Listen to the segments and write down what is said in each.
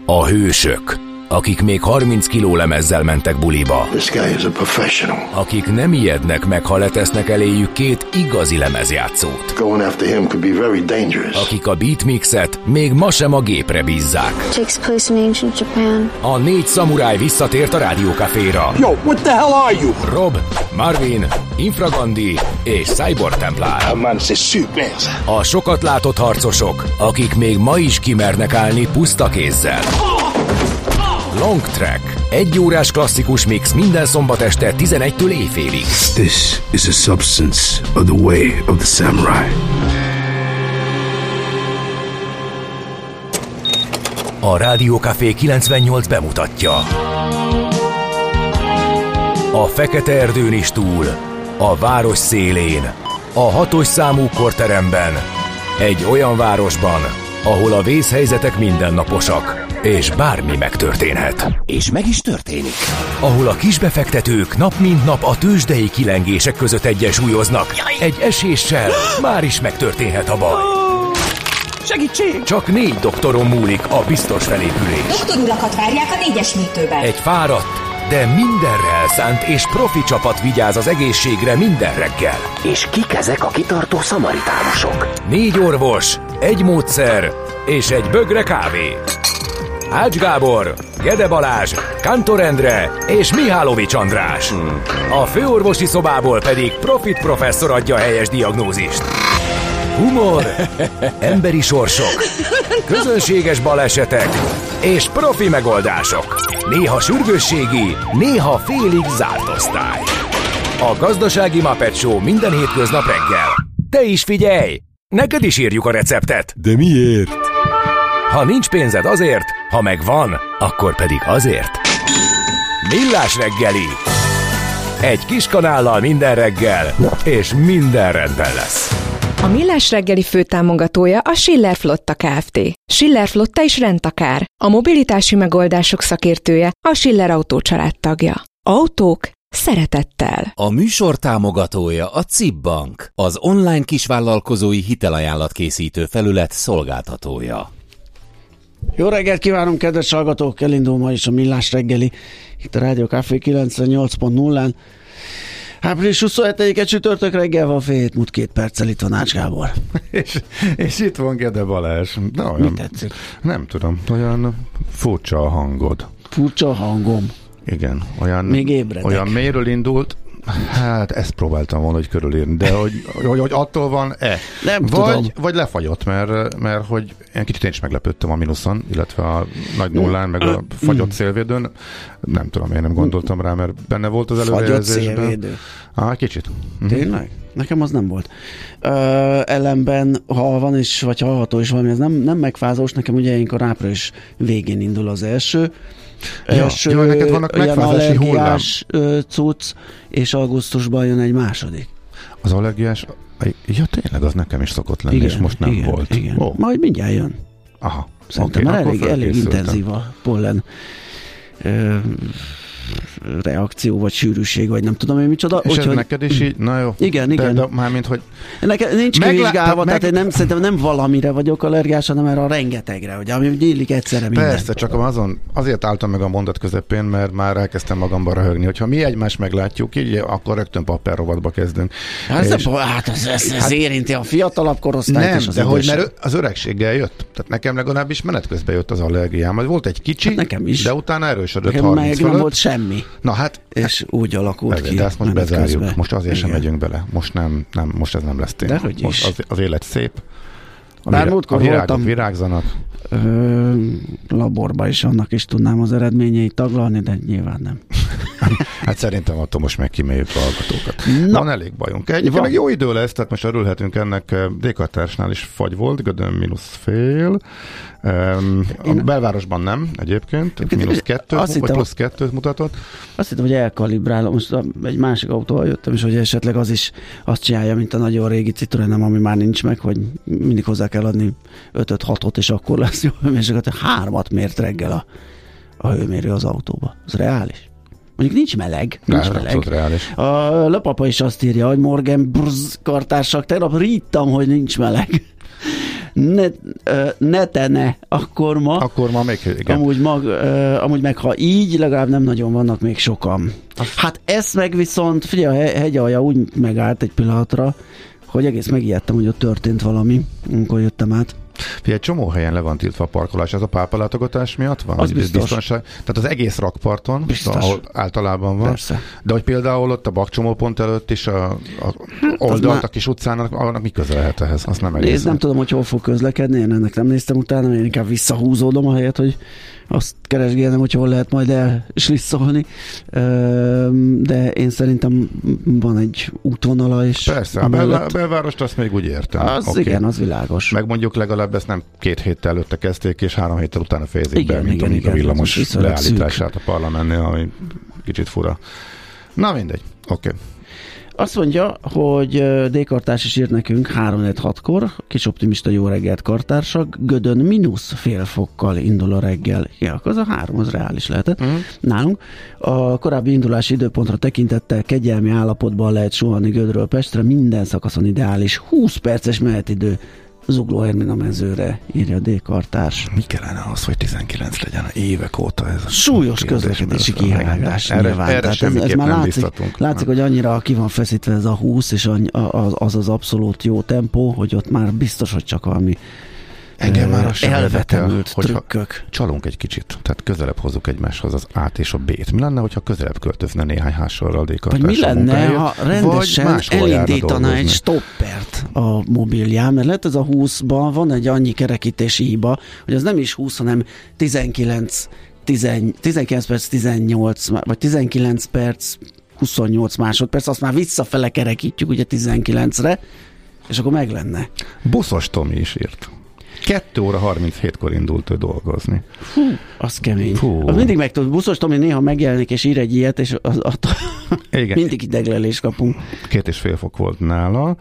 A hősök, akik még 30 kiló lemezzel mentek buliba. This guy is a professional. Akik nem ijednek meg, ha letesznek eléjük két igazi lemezjátszót. Going after him could be very dangerous. Akik a beatmixet még ma sem a gépre bízzák. Takes place in ancient Japan. A 4 szamuráj visszatért a Rádiókaféra. Yo, what the hell are you? Rob, Marvin, Infragandi és Cyborg Templár. A sokat látott harcosok, akik még ma is kimernek állni puszta kézzel. Long Track. 1 órás klasszikus mix minden szombat este 11-től éjfélig. This is a substance of the way of the samurai. A Rádiókafé 98 bemutatja. A Fekete erdőn is túl, a város szélén, a 6-os számú korteremben, egy olyan városban, ahol a vészhelyzetek mindennaposak, és bármi megtörténhet. És meg is történik. Ahol a kisbefektetők nap mint nap a tőzsdei kilengések között egyensúlyoznak. Egy eséssel már is megtörténhet a baj. Segítség! Csak 4 doktoron múlik a biztos felépülés. Doktor urakat várják a 4-es műtőben. Egy fáradt, de mindenre elszánt és profi csapat vigyáz az egészségre minden reggel. És kik ezek a kitartó szamaritánusok? 4 orvos, 1 módszer és 1 bögre kávé. Ács Gábor, Gede Balázs, Kántor Endre és Mihálovics András. A főorvosi szobából pedig Profit professzor adja a helyes diagnózist. Humor, emberi sorsok, közönséges balesetek és profi megoldások. Néha sürgősségi, néha félig zárt osztály. A Gazdasági Muppet Show minden hétköznap reggel. Te is figyelj! Neked is írjuk a receptet. De miért? Ha nincs pénzed azért, ha megvan, akkor pedig azért. Millás reggeli. Egy kis kanállal minden reggel, és minden rendben lesz. A Millás reggeli főtámogatója a Schiller Flotta Kft. Schiller Flotta is rendtakár. A mobilitási megoldások szakértője, a Schiller Autó család tagja. Autók szeretettel. A műsor támogatója a CIP Bank, az online kisvállalkozói hitelajánlatkészítő felület szolgáltatója. Jó reggelt kívánunk, kedves hallgatók! Elindul ma is a Millás reggeli, itt a Rádiókafé 98.0-án. Április 27-e csütörtök reggel van, fél hét múlt 2 perccel, itt van Ács Gábor. és itt van Gede Balázs. Mi tetszik? Nem tudom, olyan furcsa a hangod. Furcsa a hangom. Igen, olyan, még ébredek. Olyan mélyről indult, hát ezt próbáltam volna, hogy körülírni, de hogy attól van-e? Nem tudom. Vagy lefagyott, mert hogy én kicsit én is meglepődtem a mínuszon, illetve a nagy nullán, meg a fagyott szélvédőn. Nem tudom, én nem gondoltam rá, mert benne volt az előrejelzésben. Fagyott szélvédő? Kicsit. Tényleg? Nekem az nem volt. Ellenben, ha van is, vagy hallható is valami, ez nem megfázós, nekem ugye ilyenkor április végén indul az első. Jó, neked vannak megfázási hullám. Cucc, és augusztusban jön egy második. Az allergiás, tényleg az nekem is szokott lenni, igen, és most nem volt. Igen. Oh. Majd mindjárt jön. Aha. Szerintem elég intenzív a pollen reakció, vagy sűrűség, vagy nem tudom én micsoda. És ez neked is így? Na jó. Igen. De mármint, hogy... Nekem nincs kivizsgálva, tehát szerintem nem valamire vagyok allergiás, hanem erre a rengetegre, hogy ami nyílik egyszerre minden. Persze, csak azért álltam meg a mondat közepén, mert már elkezdtem magamba röhögni, hogyha mi egymást meglátjuk, így akkor rögtön papírrovatba kezdünk. Ez érinti a fiatalabb korosztályt. Nem, de hogy mert az öregséggel jött. Tehát nekem legalábbis menet közben jött az allergiám. Volt egy kicsi, hát nekem is. De utána erősödött nekem 30 fölött. Nem volt semmi. Na hát. És úgy alakult ki. De ezt most bezárjuk. Közben. Most azért sem megyünk bele. Most ez nem lesz téma. Most az élet szép. A virágok virágzanak. Laborba is annak is tudnám az eredményeit taglalni, de nyilván nem. Hát szerintem attól most meg kiméljük a hallgatókat. Van elég bajunk. Egyébként meg jó idő lesz, tehát most örülhetünk ennek. Dékartársnál is fagy volt, Gödön -1,5. A belvárosban nem egyébként, -2 vagy +2 mutatott. Azt hittem, hogy elkalibrálom. Most egy másik autóval jöttem, és hogy esetleg az is azt csinálja, mint a nagyon régi Citroenem, ami már nincs meg, hogy mindig hozzá kell adni 5-6-ot, és akkor lesz jó hőmérséklet. 3-at mért reggel a hőmérő az autóba. Ez reális? Mondjuk nincs meleg. Reális. A Löpapa is azt írja, hogy Morgan Brz kartársak, tegnap ríttam, hogy nincs meleg. netene, akkor ma még, igen. Amúgy meg ha így, legalább nem nagyon vannak még sokan. Hát ezt meg viszont, figyelj, a hegyalja úgy megállt egy pillanatra, hogy egész megijedtem, hogy ott történt valami, amikor jöttem át. Egy csomó helyen le van tiltva a parkolás, ez a pápalátogatás miatt van? Az biztos. Biztonság? Tehát az egész rakparton, ahol általában van. Persze. De hogy például ott a bakcsomópont előtt is a oldalt a kis utcának, annak mi köze lehet ehhez? Azt nem egészen. Nem tudom, hogy hol fog közlekedni, én ennek nem néztem utána, én inkább visszahúzódom a helyet, hogy azt keresgélnem, hogy hol lehet majd elslisszolni. De én szerintem van egy útvonala is. Persze, a belvárost azt még úgy értem. Az igen, az világos. Meg mondjuk legalább ezt nem 2 héttel előtte kezdték, és 3 héttel utána fejezik be, mint a villamos leállítását a parlamentnél, ami kicsit fura. Na mindegy, oké. Azt mondja, hogy D-kartárs is írt nekünk 3-6-kor, kis optimista jó reggelt kartársak, Gödön mínusz fél fokkal indul a reggel. Ja, az a 3, az reális lehetett. Nálunk a korábbi indulási időpontra tekintettel kegyelmi állapotban lehet suhanni Gödről Pestre, minden szakaszon ideális 20 perces menetidő. Zugló Ermina mezőre, írja a D-kartárs. Mi kellene az, hogy 19 legyen évek óta ez? Súlyos közlekedési kihágás. Erre semmiképp már nem látszik, hogy annyira ki van feszítve ez a 20, és az abszolút jó tempó, hogy ott már biztos, hogy csak valami engem már az elvetemült trükkök. Csalunk egy kicsit, tehát közelebb hozzuk egymáshoz az A-t és a B-t. Mi lenne, hogyha közelebb költözne néhány házsorral D-kartás? Vagy mi lenne, ha rendesen elindítana egy stoppert a mobilján, mert lehet ez a 20-ban van egy annyi kerekítési hiba, hogy az nem is 20, hanem 19 perc 18, vagy 19 perc 28 másodperc, azt már visszafele kerekítjük ugye 19-re, és akkor meg lenne. Buszos Tomi is írt. 2 óra 37-kor indult ő dolgozni. Fú, az kemény. Az mindig megtud. Buszos Tomi néha megjelenik és ír egy ilyet, és mindig ideglelést kapunk. 2,5 fok volt nála.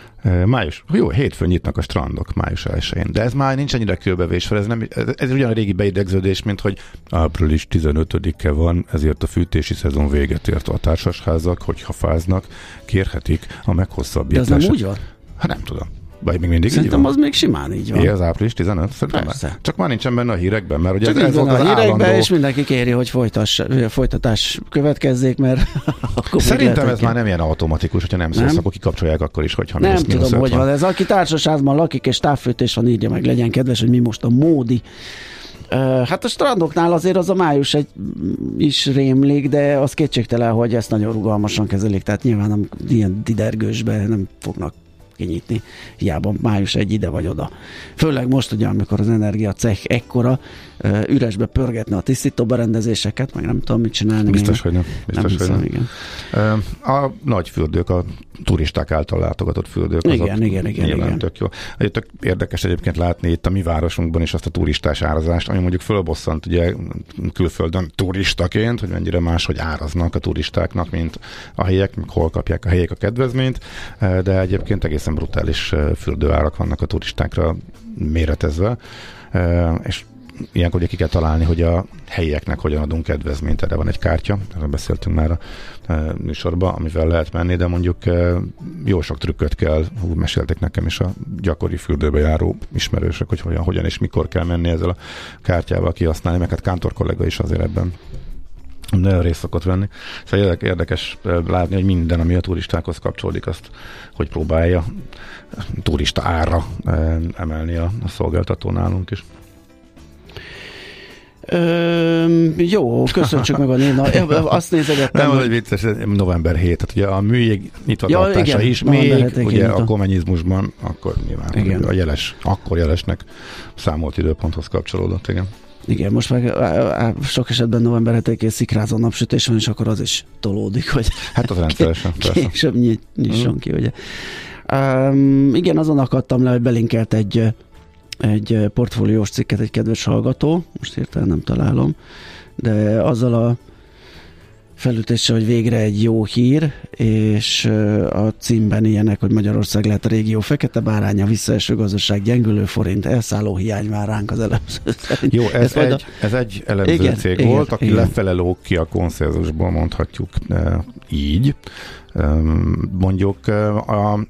Hétfőn nyitnak a strandok május 1-én. De ez már nincs annyira kőbevésve, ez ugyan a régi beidegződés, mint hogy április 15-e van, ezért a fűtési szezon véget ért a társasházak, hogyha fáznak, kérhetik a meghosszabbítást. De ez nem úgy van? Hát nem tudom. Vagy még mindig szerintem így van? Az még simán így van. Az április 15? Persze. Csak már nincsen benne a hírekben, mert ugye csak ez volt az a hírekben, állandó... és mindenki kéri, hogy folytatás következzék, mert akkor szerintem ez már nem ilyen automatikus, hogyha nem szólsz, akkor kikapcsolják akkor is, hogyha nem tudom, hogy van. Ez aki társasházban lakik, és távfűtés van, írja meg, legyen kedves, hogy mi most a módi. Hát a strandoknál azért az a május is rémlik, de az kétségtelen, hogy ezt nagyon rugalmasan kezelik, tehát nyilván nem ilyen didergősbe nem fognak kinyitni, hiába május 1 ide vagy oda. Főleg most ugye, amikor az energiacech ekkora, üresbe pörgetne a tisztító berendezéseket, meg nem tudom mit csinálni. Biztos, hogy nem. Igen. A nagy fürdők, a turisták által látogatott fürdők, igen. Tök jó. Tök érdekes egyébként látni itt a mi városunkban is azt a turistás árazást, ami mondjuk fölbosszant ugye külföldön turistaként, hogy mennyire máshogy áraznak a turistáknak, mint a helyek, hol kapják a helyek a kedvezményt, de egyébként egészen brutális fürdőárak vannak a turistákra méretezve, és ilyenkor ugye ki kell találni, hogy a helyieknek hogyan adunk kedvezményt. Erre van egy kártya, erről beszéltünk már a műsorban, amivel lehet menni, de mondjuk jó sok trükköt kell, mesélték nekem is a gyakori fürdőbe járó ismerősök, hogy hogyan és mikor kell menni ezzel a kártyával kihasználni, meg hát Kántor kollega is azért ebben nagyon részt szokott venni. Szóval érdekes látni, hogy minden, ami a turistákhoz kapcsolódik, azt hogy próbálja turista ára emelni a szolgáltató nálunk is. Jó, köszöntsük meg a név. Azt nézegettem. Nem, hogy vicces, november 7, tehát ugye a műjég nyitvatartása is még, ugye a kommunizmusban, akkor nyilván a jeles, akkor jelesnek számolt időponthoz kapcsolódott, igen. Igen, most meg sok esetben november 7-én szikrázó napsütés van, és akkor az is tolódik, hogy hát az rendszeresen, később nyisson ki, ugye. Igen, azon akadtam le, hogy belinkelt egy portfóliós cikket egy kedves hallgató, most hirtelen nem találom, de azzal a felütéssel, hogy végre egy jó hír, és a címben ilyenek, hogy Magyarország lehet a régió fekete báránya, visszaeső gazdaság, gyengülő forint, elszálló hiány vár ránk az elemző. Jó, ez egy elemző cég volt, aki lefele lóg ki a konszenzusból, mondhatjuk így. Mondjuk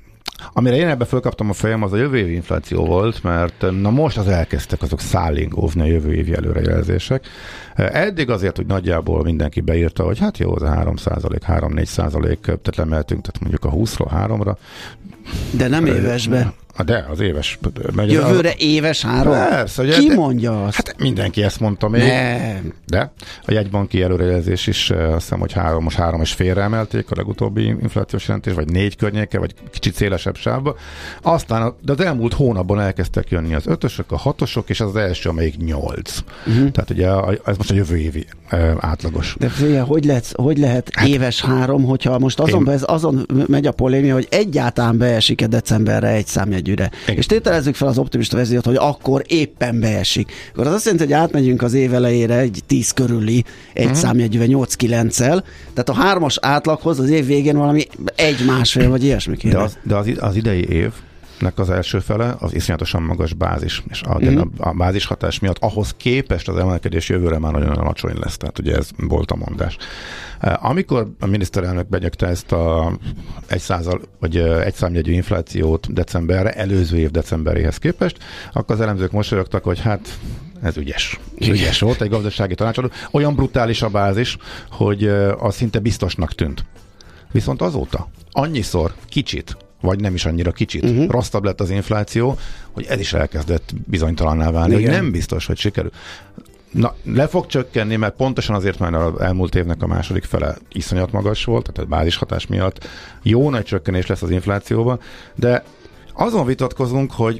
Amire én ebbe fölkaptam a fejem, az a jövő évi infláció volt, mert na most az elkezdtek azok szállig óvni a jövő évi előrejelzések. Eddig azért, hogy nagyjából mindenki beírta, hogy hát jó, az a 3%, 3-4%, tehát lemeltünk, tehát mondjuk a 20-ról 3-ra. De nem évesbe. De, az éves. Jövőre éves 3? Persze. Ugye, ki mondja azt? Hát mindenki ezt mondta még. Nem. De a jegybanki előrejelzés is azt hiszem, hogy most 3,5-re emelték a legutóbbi inflációs jelentés, vagy 4 környéke, vagy kicsit szélesebb sávba. Aztán de az elmúlt hónapban elkezdtek jönni az 5-ösök, a 6-osok, és az első, amelyik 8. Tehát ugye ez most a jövő évi átlagos. De figyelj, hogy lehet éves 3, hogyha most azon megy a polémia, hogy egyáltalán beesik-e decemberre egy számjegyűre. És tételezzük fel az optimista verziót, hogy akkor éppen beesik. Akkor az azt jelenti, hogy átmegyünk az év elejére egy 10 körüli egy számjegyűvel 8-9-el, tehát a 3-as átlaghoz az év végén valami 1-1,5 vagy ilyesmi kéne. De az idei év az első fele az iszonyatosan magas bázis, és a bázis hatás miatt ahhoz képest az emelkedés jövőre már nagyon alacsony lesz, tehát ugye ez volt a mondás. Amikor a miniszterelnök benyögte ezt a 1% vagy egy számjegyű inflációt decemberre, előző év decemberéhez képest, akkor az elemzők mosolyogtak, hogy hát ez ügyes. Ügyes volt egy gazdasági tanácsadó. Olyan brutális a bázis, hogy az szinte biztosnak tűnt. Viszont azóta annyiszor kicsit, vagy nem is annyira kicsit, rosszabb lett az infláció, hogy ez is elkezdett bizonytalanná válni, hogy nem biztos, hogy sikerül. Na, le fog csökkenni, mert pontosan azért, mert az elmúlt évnek a második fele iszonyat magas volt, tehát a bázishatás miatt jó nagy csökkenés lesz az inflációban, de azon vitatkozunk, hogy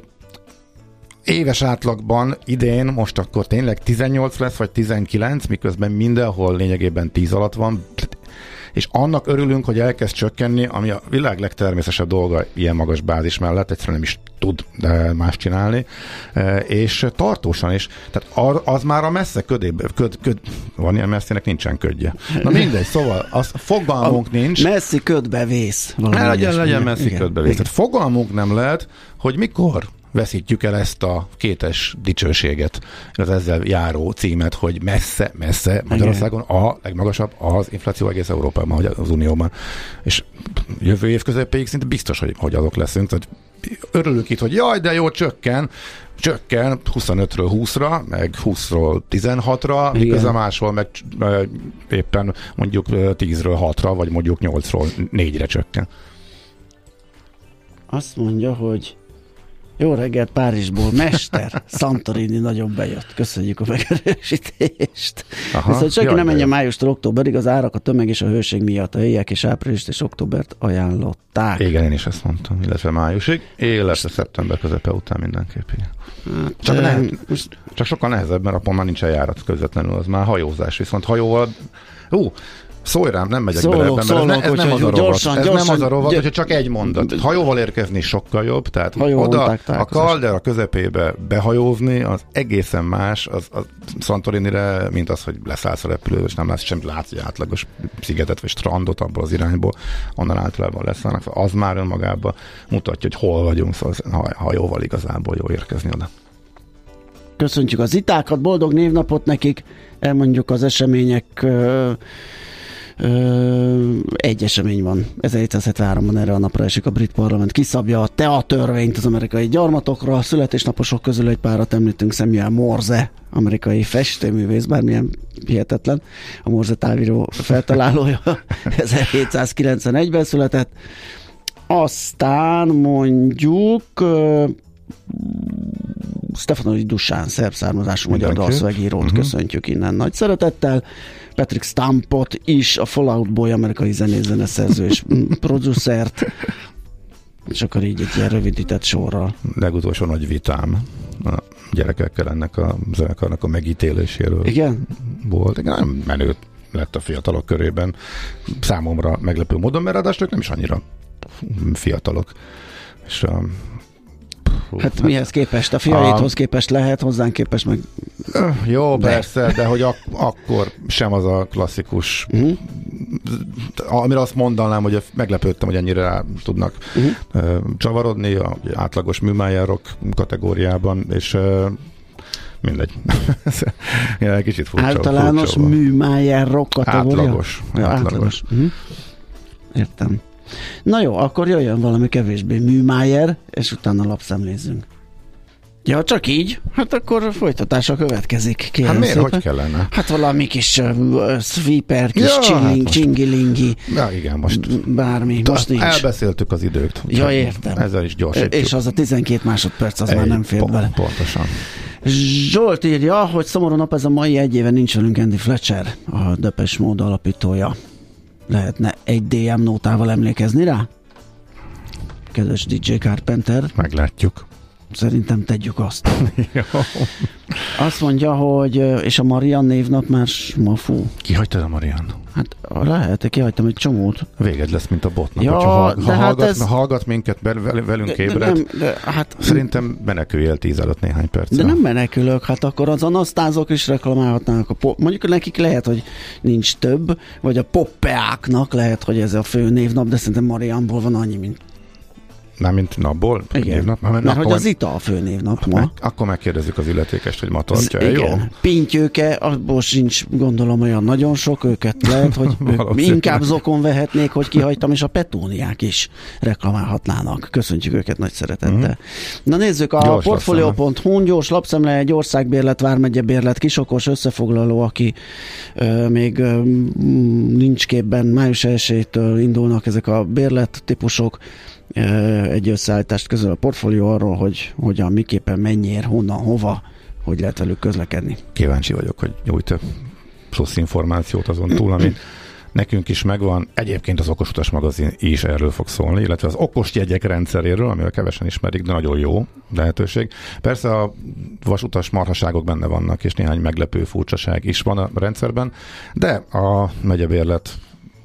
éves átlagban idén most akkor tényleg 18 lesz, vagy 19, miközben mindenhol lényegében 10 alatt van, és annak örülünk, hogy elkezd csökkenni, ami a világ legtermészetesebb dolga ilyen magas bázis mellett, egyszerűen nem is tud más csinálni, és tartósan is. Tehát az már a messze van ilyen messzinek nincsen ködje. Na mindegy, szóval az fogalmunk nincs. Messzi ködbe vész. Legyen messzi ködbe vész. Tehát fogalmunk nem lehet, hogy mikor veszítjük el ezt a kétes dicsőséget, az ezzel járó címet, hogy messze Magyarországon a legmagasabb az infláció egész Európában, vagy az Unióban. És jövő év közepéig szinte biztos, hogy azok leszünk. Tehát örülünk itt, hogy jaj, de jó, csökken 25-ről 20-ra, meg 20-ról 16-ra, miközben máshol meg éppen mondjuk 10-ről 6-ra, vagy mondjuk 8-ról 4-re csökken. Azt mondja, hogy jó reggelt Párizsból, mester, Santorini nagyon bejött. Köszönjük a megerősítést. Viszont senki nem menjen májustól októberig, az árak, a tömeg és a hőség miatt a éjjel és áprilist és októbert ajánlották. Igen, én is ezt mondtam, illetve májusig, illetve szeptember közepe után mindenképp. Csak sokkal nehezebb, mert akkor már nincsen járat közvetlenül, az már hajózás, viszont hajóval... Szólj rám, nem megyek bele ebben, mert ez nem az a rovat. Ez nem az a rovat, hogyha csak egy mondat. Hajóval érkezni sokkal jobb, tehát oda a kaldera közepébe behajózni, az egészen más, az Santorinire, mint az, hogy leszállsz a repülő, és nem látsz egy átlagos szigetet vagy strandot abból az irányból, onnan általában leszállnak. Az már önmagában mutatja, hogy hol vagyunk, szóval hajóval igazából jó érkezni oda. Köszöntjük az itákat, boldog névnapot nekik, elmondjuk az események. Egy esemény van. 1773-ban erre a napra esik a brit parlament. Kiszabja a TEA törvényt az amerikai gyarmatokra. A születésnaposok közül egy párat említünk, Samuel Morse, amerikai festőművész, bármilyen hihetetlen. A Morse távíró feltalálója 1791-ben született. Aztán mondjuk Stefano Dusán, szerb származású magyar dalszövegírót köszöntjük innen nagy szeretettel. Patrick Stampot is, a Fallout Boy amerikai zenészerző és producert, és akkor így egy ilyen rövidített sorral. Legutolsó nagy vitám a gyerekekkel ennek a zenekarnak a megítéléséről. Igen? Volt. Nem menő lett a fiatalok körében. Számomra meglepő módon, mert ráadásul nem is annyira fiatalok. És hát mihez képest? A fiaithoz képest lehet, hozzánk képest meg... Jó, persze, de hogy akkor sem az a klasszikus... Amire azt mondanám, hogy meglepődtem, hogy ennyire rá tudnak csavarodni a átlagos műmájárok kategóriában, és mindegy. Kicsit furcsa. Általános műmájárok kategória? Átlagos. Értem. Na jó, akkor jöjjön valami kevésbé műmájer, és utána lapszemlézzünk. Ja, csak így? Hát akkor folytatása következik. Kérem hát miért? Szépen. Hogy kellene? Hát valami kis sweeper, kis csingilingi. Ja, igen, most bármi. Most nincs. Elbeszéltük az időt. Ja, értem. Ezzel is gyorsítjuk. És az a 12 másodperc, az már nem fér bele. Pontosan. Zsolt írja, hogy szomorú nap ez a mai, egy éve nincs velünk Andy Fletcher, a Depeche Mode alapítója. Lehetne egy DM nótával emlékezni rá? Kedves DJ Carpenter. Meglátjuk. Szerintem tegyük azt. Azt mondja, hogy és a Marian névnap már smafú. Kihagytad a Marian? Hát lehet, kihagytam egy csomót. Véged lesz, mint a botnak. Ja, ha hallgat minket, velünk ébred, hát, szerintem menekülj el 10 előtt néhány perccel. De nem menekülök, hát akkor az anasztázok is reklamálhatnának. Mondjuk nekik lehet, hogy nincs több, vagy a poppeáknak lehet, hogy ez a fő névnap, de szerintem Marianból van annyi, mint Mármint napból? Igen, mert hogy az ITA a főnévnap ma. Akkor megkérdezzük az illetékest, hogy ma tartja. Igen. Jó? Pintyőke, abból sincs gondolom olyan nagyon sok, őket lehet, hogy inkább zokon vehetnék, hogy kihagytam, és a Petúniák is reklamálhatnának. Köszöntjük őket nagy szeretettel. Na nézzük, a Portfolio.hu-n gyors lapszemle, egy országbérlet, vármegyebérlet, kisokos összefoglaló, aki még nincs képben, május 1-től indulnak ezek a bérlet típusok. Egy összeállítást közöl a Portfolio arról, hogy hogyan, miképpen, mennyire, honnan, hova, hogy lehet velük közlekedni. Kíváncsi vagyok, hogy nyújt plusz információt azon túl, ami nekünk is megvan. Egyébként az Okosutas magazin is erről fog szólni, illetve az okos jegyek rendszeréről, amivel kevesen ismerik, de nagyon jó lehetőség. Persze a vasutas marhaságok benne vannak, és néhány meglepő furcsaság is van a rendszerben, de a megyebérlet,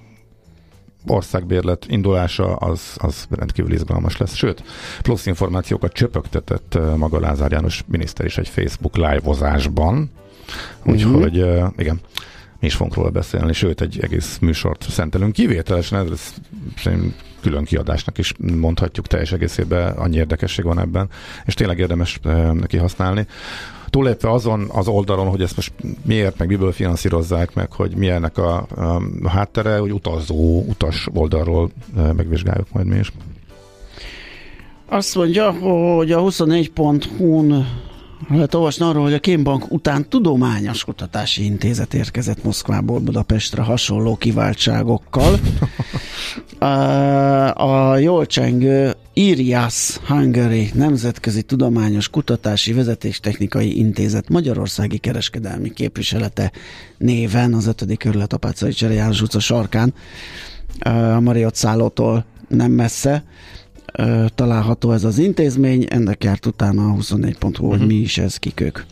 országbérlet indulása az rendkívül izgalmas lesz. Sőt, plusz információkat csöpögtetett maga Lázár János miniszter is egy Facebook live-ozásban. Úgyhogy igen, mi is fogunk róla beszélni, sőt, egy egész műsort szentelünk. Kivételesen ez külön kiadásnak is mondhatjuk teljes egészében, annyi érdekesség van ebben, és tényleg érdemes kihasználni. Túlépve azon az oldalon, hogy ezt most miért, meg miből finanszírozzák, meg hogy milyennek a háttere, hogy utas oldalról megvizsgáljuk majd mi is. Azt mondja, hogy a 24.hu-n lehet olvasni arról, hogy a Kémbank után tudományos kutatási intézet érkezett Moszkvából Budapestre hasonló kiváltságokkal. A jól csengő IRIAS Hungary Nemzetközi Tudományos Kutatási Vezetéstechnikai Intézet Magyarországi Kereskedelmi Képviselete néven az 5. kerület Apáczai Csere János utca sarkán, a Marriott szállótól nem messze található ez az intézmény, ennek járt utána a 24.hu, hogy mi is ez, kik ők.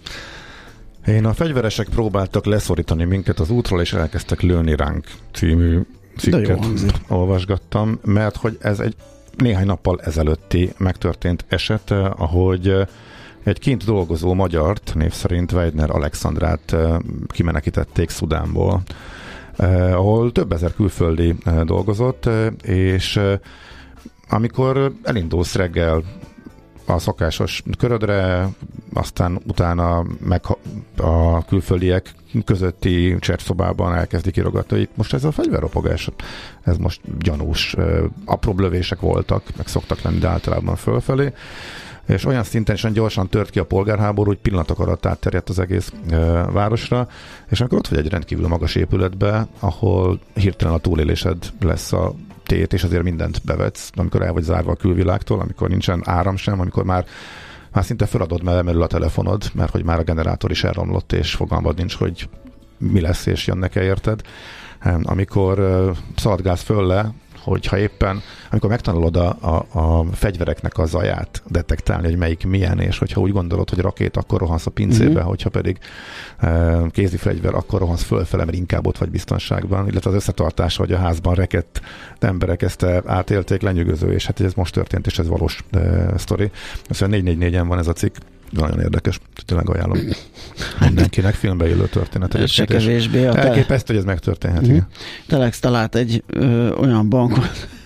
A fegyveresek próbáltak leszorítani minket az útról, és elkezdtek lőni ránk című cikket olvasgattam, mert hogy ez egy néhány nappal ezelőtti megtörtént eset, ahogy egy kint dolgozó magyart, név szerint Weidner Alexandrát kimenekítették Szudánból, ahol több ezer külföldi dolgozott, és amikor elindulsz reggel a szokásos körödre, aztán utána meg a külföldiek közötti cserszobában elkezdik írogatni, hogy most ez a fegyverropogás, ez most gyanús, apróbb lövések voltak, meg szoktak lenni, de általában fölfelé, és olyan szinten is gyorsan tört ki a polgárháború, hogy pillanatok alatt átterjedt az egész városra, és akkor ott vagy egy rendkívül magas épületbe, ahol hirtelen a túlélésed lesz a tét, és azért mindent bevetsz, amikor el vagy zárva a külvilágtól, amikor nincsen áram sem, amikor már szinte feladod, mert emelül a telefonod, mert hogy már a generátor is elromlott, és fogalmad nincs, hogy mi lesz, és jönnek-e érted. Amikor szaladgálsz föl le, hogyha éppen, amikor megtanulod a fegyvereknek a zaját detektálni, hogy melyik milyen, és hogyha úgy gondolod, hogy rakét, akkor rohansz a pincébe, hogyha pedig kézi fegyver, akkor rohansz fölfele, mert inkább ott vagy biztonságban, illetve az összetartás, hogy a házban rekedt emberek ezt átélték, lenyűgöző, és hát ez most történt, és ez valós sztori. Szóval 444-en van ez a cikk, nagyon érdekes, tényleg ajánlom mindenkinek, filmbe élő történet. Ez se kevésbé. Elképesztő, hogy ez megtörténhet. Telex talált egy olyan bankot,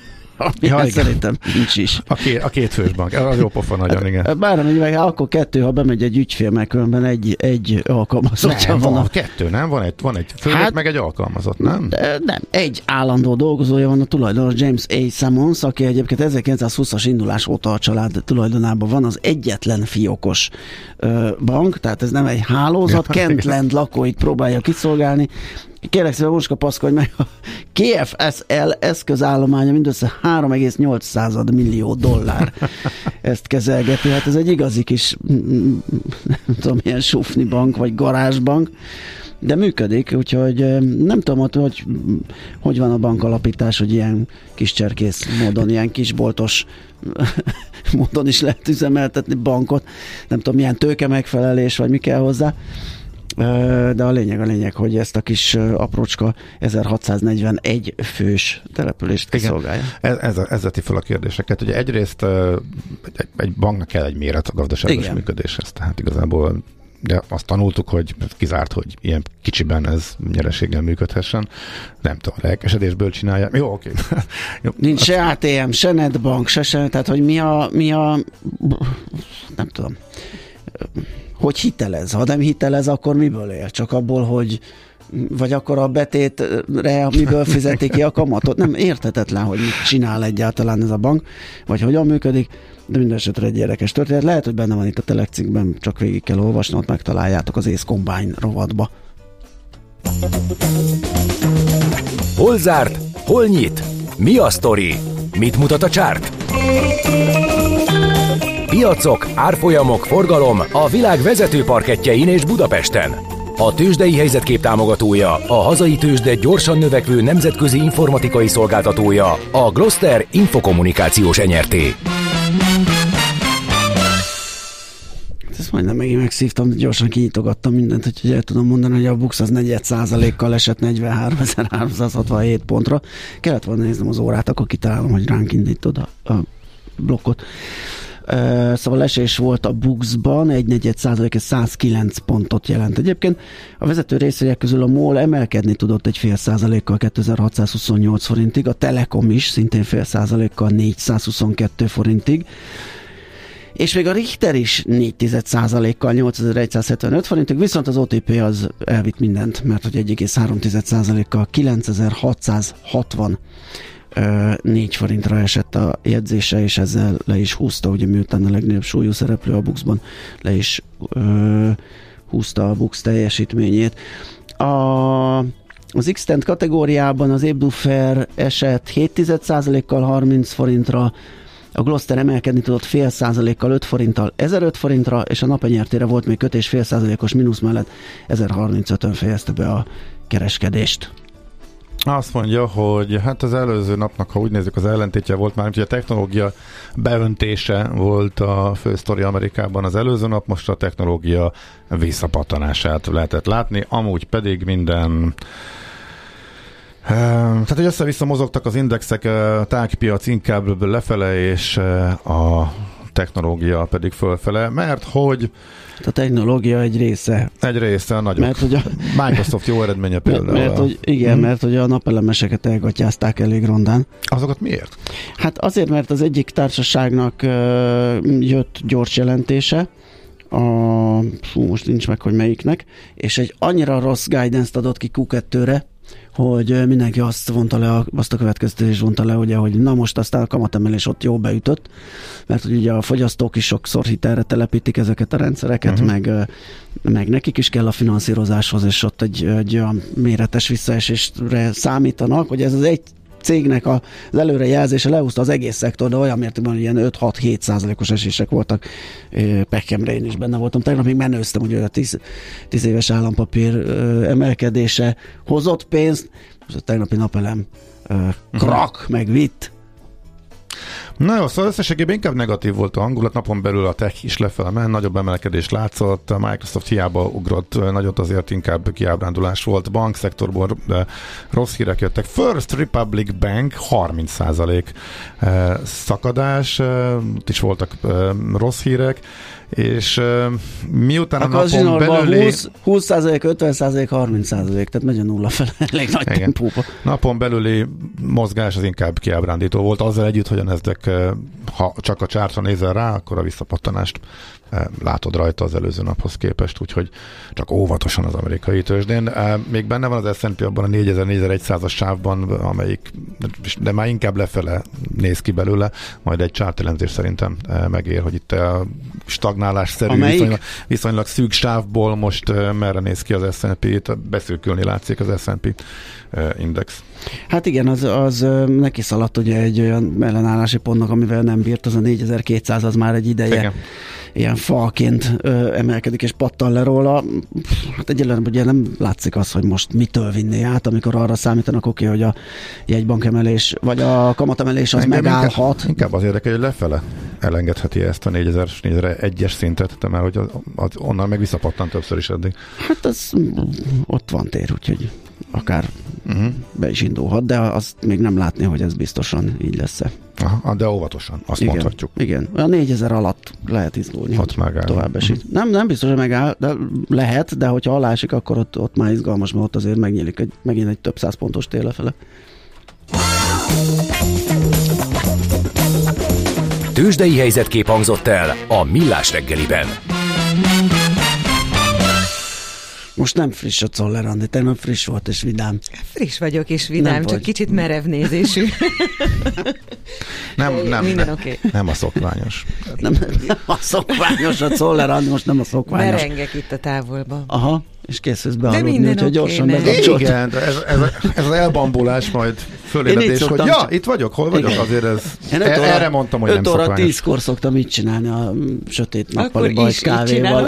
Ja, szerintem nincs is. A két fős bank, az jó pofa nagyon, igen. Bár meg akkor kettő, ha bemegy egy ügyfél, meg különben egy alkalmazott. Nem, van kettő, nem? Van egy főnök, meg egy alkalmazott, nem? Nem, egy állandó dolgozója van a tulajdonos, James A. Simmons, aki egyébként 1920-as indulás óta a család tulajdonában van, az egyetlen fiókos bank, tehát ez nem egy hálózat, Kentland lakóit próbálja kiszolgálni. Kérlek szépen, most kapaszkodj meg, a KFSL eszközállománya mindössze 3,8 millió dollár. Ezt kezelgeti. Hát ez egy igazi kis, nem tudom, ilyen sufni bank, vagy garázsbank, de működik, úgyhogy nem tudom, hogy van a bankalapítás, hogy ilyen kis cserkész módon, ilyen kisboltos módon is lehet üzemeltetni bankot. Nem tudom, milyen tőke megfelelés, vagy mi kell hozzá. De a lényeg, hogy ezt a kis aprócska 1641 fős települést kiszolgálja. Ez vezeti fel a kérdéseket. Ugye egyrészt egy banknak kell egy méret a gazdaságos működéshez, tehát igazából de azt tanultuk, hogy kizárt, hogy ilyen kicsiben ez nyereséggel működhessen. Nem tudom, lelkesedésből csinálja. Jó, oké. Nincs se ATM, se netbank, se, tehát hogy mi a nem tudom, hogy hitelez. Ha nem hitelez, akkor miből él? Csak abból, hogy vagy akkor a betétre, miből fizeti ki a kamatot? Nem érthetetlen, hogy mit csinál egyáltalán ez a bank, vagy hogyan működik, de minden esetre egy érdekes történet. Lehet, hogy benne van itt a Telex-cikkben, csak végig kell olvasni, ott megtaláljátok az Ace Combine rovatba. Hol zárt? Hol nyit? Mi a sztori? Mit mutat a csárt? Piacok, árfolyamok, forgalom a világ vezető parkettjein és Budapesten. A tőzsdei helyzetkép támogatója, a hazai tőzsde gyorsan növekvő nemzetközi informatikai szolgáltatója, a Gloster Infokommunikációs Nrt. Ezt majdnem megint megszívtam, gyorsan kinyitogattam mindent, hogy el tudom mondani, hogy a Bux az 4%-kal esett 43.367 pontra. Kellett volna néznem az órát, akkor kitalálom, hogy ránk indítod a blokkot. Szóval esés volt a Buxban, 1,4%, 109 pontot jelent. Egyébként a vezető részvények közül a MOL emelkedni tudott 0,5%-kal 2628 forintig, a Telekom is szintén 0,5%-kal 422 forintig, és még a Richter is 0,4%-kal 8175 forintig, viszont az OTP az elvitt mindent, mert hogy 1,3%-kal 9660 4 forintra esett a jegyzése, és ezzel le is húzta, ugye miután a legnagyobb súlyú szereplő a Buxban, le is húzta a Bux teljesítményét. Az X-Tent kategóriában az Ebdufer esett 0,7%-kal 30 forintra, a Gloster emelkedni tudott 0,5%-kal 5 forinttal 1005 forintra, és a napenyertére volt még 5,5%-os mínusz mellett 1035-ön fejezte be a kereskedést. Azt mondja, hogy hát az előző napnak, ha úgy nézzük, az ellentétje volt már, hogy a technológia beöntése volt a fősztori Amerikában az előző nap, most a technológia visszapattanását lehetett látni, amúgy pedig minden tehát, hogy össze-vissza mozogtak az indexek, tágpiac inkább lefele, és a technológia pedig fölfele, mert hogy a technológia egy része. Egy része, nagyobb. Mert, hogy Microsoft jó eredménye például. Mert, hogy igen, mert hogy a napelemeseket elgatyázták elég rondán. Azokat miért? Hát azért, mert az egyik társaságnak jött gyors jelentése, most nincs meg, hogy melyiknek, és egy annyira rossz guidance-t adott ki Q2-re, hogy mindenki azt a következtetést vonta le, ugye, hogy na most aztán a kamatemelés ott jó beütött, mert hogy ugye a fogyasztók is sokszor hitelre telepítik ezeket a rendszereket, meg nekik is kell a finanszírozáshoz, és ott egy olyan méretes visszaesésre számítanak, hogy ez az egy cégnek az előrejelzése lehúzta az egész szektor, de olyan mértékben, hogy ilyen 5-6-7%-os esések voltak. Pekkemre én is benne voltam. Tegnap még menőztem, hogy a 10 éves állampapír emelkedése hozott pénzt, és a tegnapi napelem krak, meg vitt. Na jó, szóval összességében inkább negatív volt a hangulat, napon belül a tech is lefele ment, nagyobb emelkedés látszott, a Microsoft hiába ugrott nagyot, azért inkább kiábrándulás volt, bankszektorból rossz hírek jöttek. First Republic Bank 30% szakadás, itt is voltak rossz hírek, És miután a akkor napon belüli... 20%, 50%, 30%, tehát megy a nulla fele, elég nagy tempóba. Napon belüli mozgás az inkább kiábrándító volt, azzal együtt, hogy a Nasdaq, ha csak a chartra nézel rá, akkor a visszapattanást látod rajta az előző naphoz képest, úgyhogy csak óvatosan az amerikai tőzsdén. Még benne van az S&P abban a 4000-4100-as sávban, amelyik, de már inkább lefele néz ki belőle, majd egy chartelemzés szerintem megér, hogy itt a stagnálásszerű, viszonylag szűk sávból most merre néz ki az S&P, itt beszűkülni látszik az S&P index. Hát igen, az neki szaladt ugye egy olyan ellenállási pontnak, amivel nem bírt, az a 4200, az már egy ideje. Igen. Ilyen falként emelkedik és pattan le róla. Hát egyelőre ugye nem látszik az, hogy most mitől vinné át, amikor arra számítanak, oké, hogy a jegybankemelés, vagy a kamatemelés az megállhat. Inkább az érdekel, hogy lefele elengedheti ezt a 4001-es szintet, de már hogy az onnan meg visszapattan többször is eddig. Hát az ott van tér, úgyhogy akár be is indulhat, de azt még nem látni, hogy ez biztosan így lesz-e. Aha, de óvatosan, azt igen, mondhatjuk. Igen, a 4000 alatt lehet izgulni, hogy tovább esik. Nem biztos, hogy megáll, de lehet, de hogyha alá esik, akkor ott már izgalmas, mert ott azért megnyílik megint egy több 100 pontos tér lefele. Tőzsdei helyzetkép hangzott el a Millás reggeliben. Most nem friss a Czoller Andi, tegnap friss volt és vidám. Friss vagyok és vidám, nem csak vagy. Kicsit merev nézésű. Nem a szokványos. Nem a szokványos a Czoller Andi, most nem a szokványos. Merengek itt a távolban. Aha, és készülsz bealudni, úgyhogy gyorsan bekapcsolt. Igen, ez az elbambulás majd föléledés, hogy ja, itt vagyok, hol vagyok, igen. Azért ez erre mondtam, hogy nem szokványos. 5 óra 10-kor szoktam így csinálni a sötét nappaliba egy kávéval.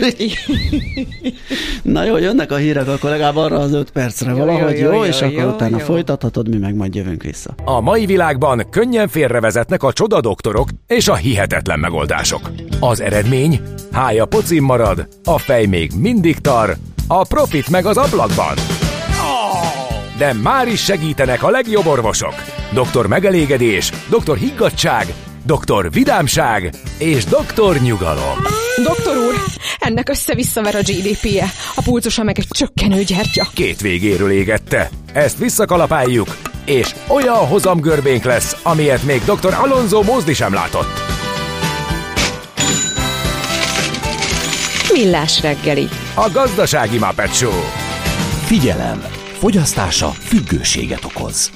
Na jó, jönnek a hírek, akkor legalább arra az 5 percre valahogy jó, és akkor utána folytathatod, mi meg majd jövünk vissza. A mai világban könnyen félrevezetnek a csodadoktorok és a hihetetlen megoldások. Az eredmény? Hája pocim marad, a fej még mindig tar, a profit meg az ablakban. De már is segítenek a legjobb orvosok. Doktor megelégedés, doktor higgadtság, doktor vidámság és doktor nyugalom. Doktor úr, ennek össze-visszaver a GDP-je, a pulcosa meg egy csökkenő gyertya. Két végéről égette. Ezt visszakalapáljuk, és olyan hozamgörbénk lesz, amilyet még doktor Alonso Mózdi sem látott. Millás reggeli. A gazdasági Muppet Show. Figyelem! Fogyasztása függőséget okoz.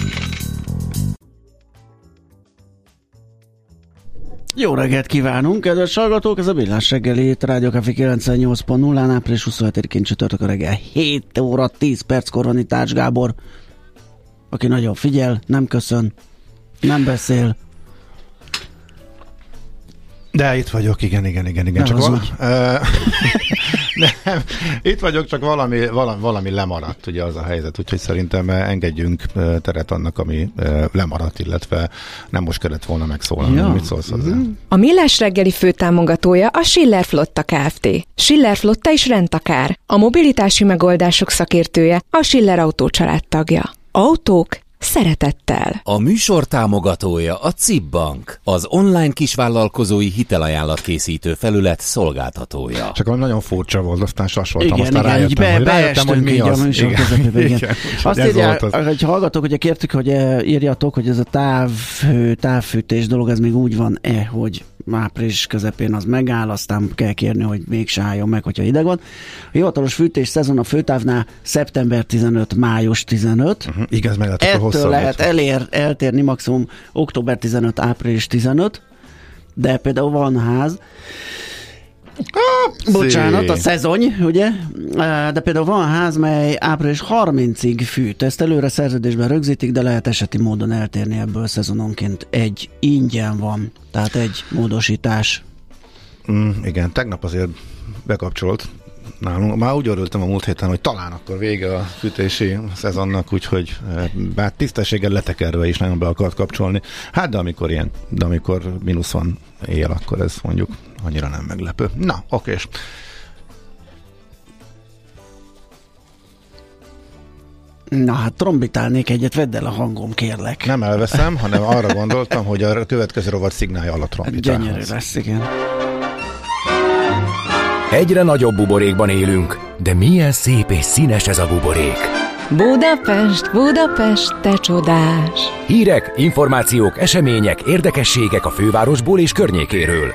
Jó reggelt kívánunk, kedves hallgatók! Ez a Millás reggeli, itt Rádió Café 98.0-án, április 27-én csütörtök a reggel 7 óra 10 perckor van itt Ács Gábor, aki nagyon figyel, nem köszön, nem beszél. De itt vagyok, igen. Csak nem, itt vagyok, csak valami lemaradt, ugye az a helyzet, úgyhogy szerintem engedjünk teret annak, ami lemaradt, illetve nem most kellett volna megszólalni. Ja. Mit szólsz hozzá? A Millás reggeli főtámogatója a Schiller Flotta Kft. Schiller Flotta is rendtakár. A mobilitási megoldások szakértője, a Schiller Autó családtagja. Autók szeretettel. A műsor támogatója a CIP Bank, az online kisvállalkozói hitelajánlatkészítő felület szolgáltatója. Csak valami nagyon furcsa volt, aztán sasoltam, aztán rájöttem, hogy mi az. Igen. Azt írják, hogy hallgatók, ugye kértük, hogy írjatok, hogy ez a távfűtés dolog, ez még úgy van-e, hogy április közepén az megáll, aztán kell kérni, hogy mégse álljon meg, hogyha hideg van. A hivatalos fűtés szezon a főtávnál szeptember 15, május 15. Igaz, meg ettől lehet eltérni maximum október 15, április 15, de például van ház, bocsánat, a szezony, ugye? De például van ház, mely április 30-ig fűt. Ezt előre szerződésben rögzítik, de lehet eseti módon eltérni ebből szezononként. Egy ingyen van, tehát egy módosítás. Igen, tegnap azért bekapcsolt nálunk. Már úgy örültem a múlt héten, hogy talán akkor vége a fűtési szezonnak, úgyhogy bár tisztességgel letekerve is nagyon be akart kapcsolni. Hát de amikor mínusz van éjjel, akkor ez mondjuk annyira nem meglepő. Na, okés. Na hát trombitálnék egyet, vedd el a hangom, kérlek. Nem elveszem, hanem arra gondoltam, hogy a következő rovat szignálja alatt trombitálhatsz. Gyönyörű lesz, igen. Egyre nagyobb buborékban élünk, de milyen szép és színes ez a buborék. Budapest, Budapest, te csodás! Hírek, információk, események, érdekességek a fővárosból és környékéről.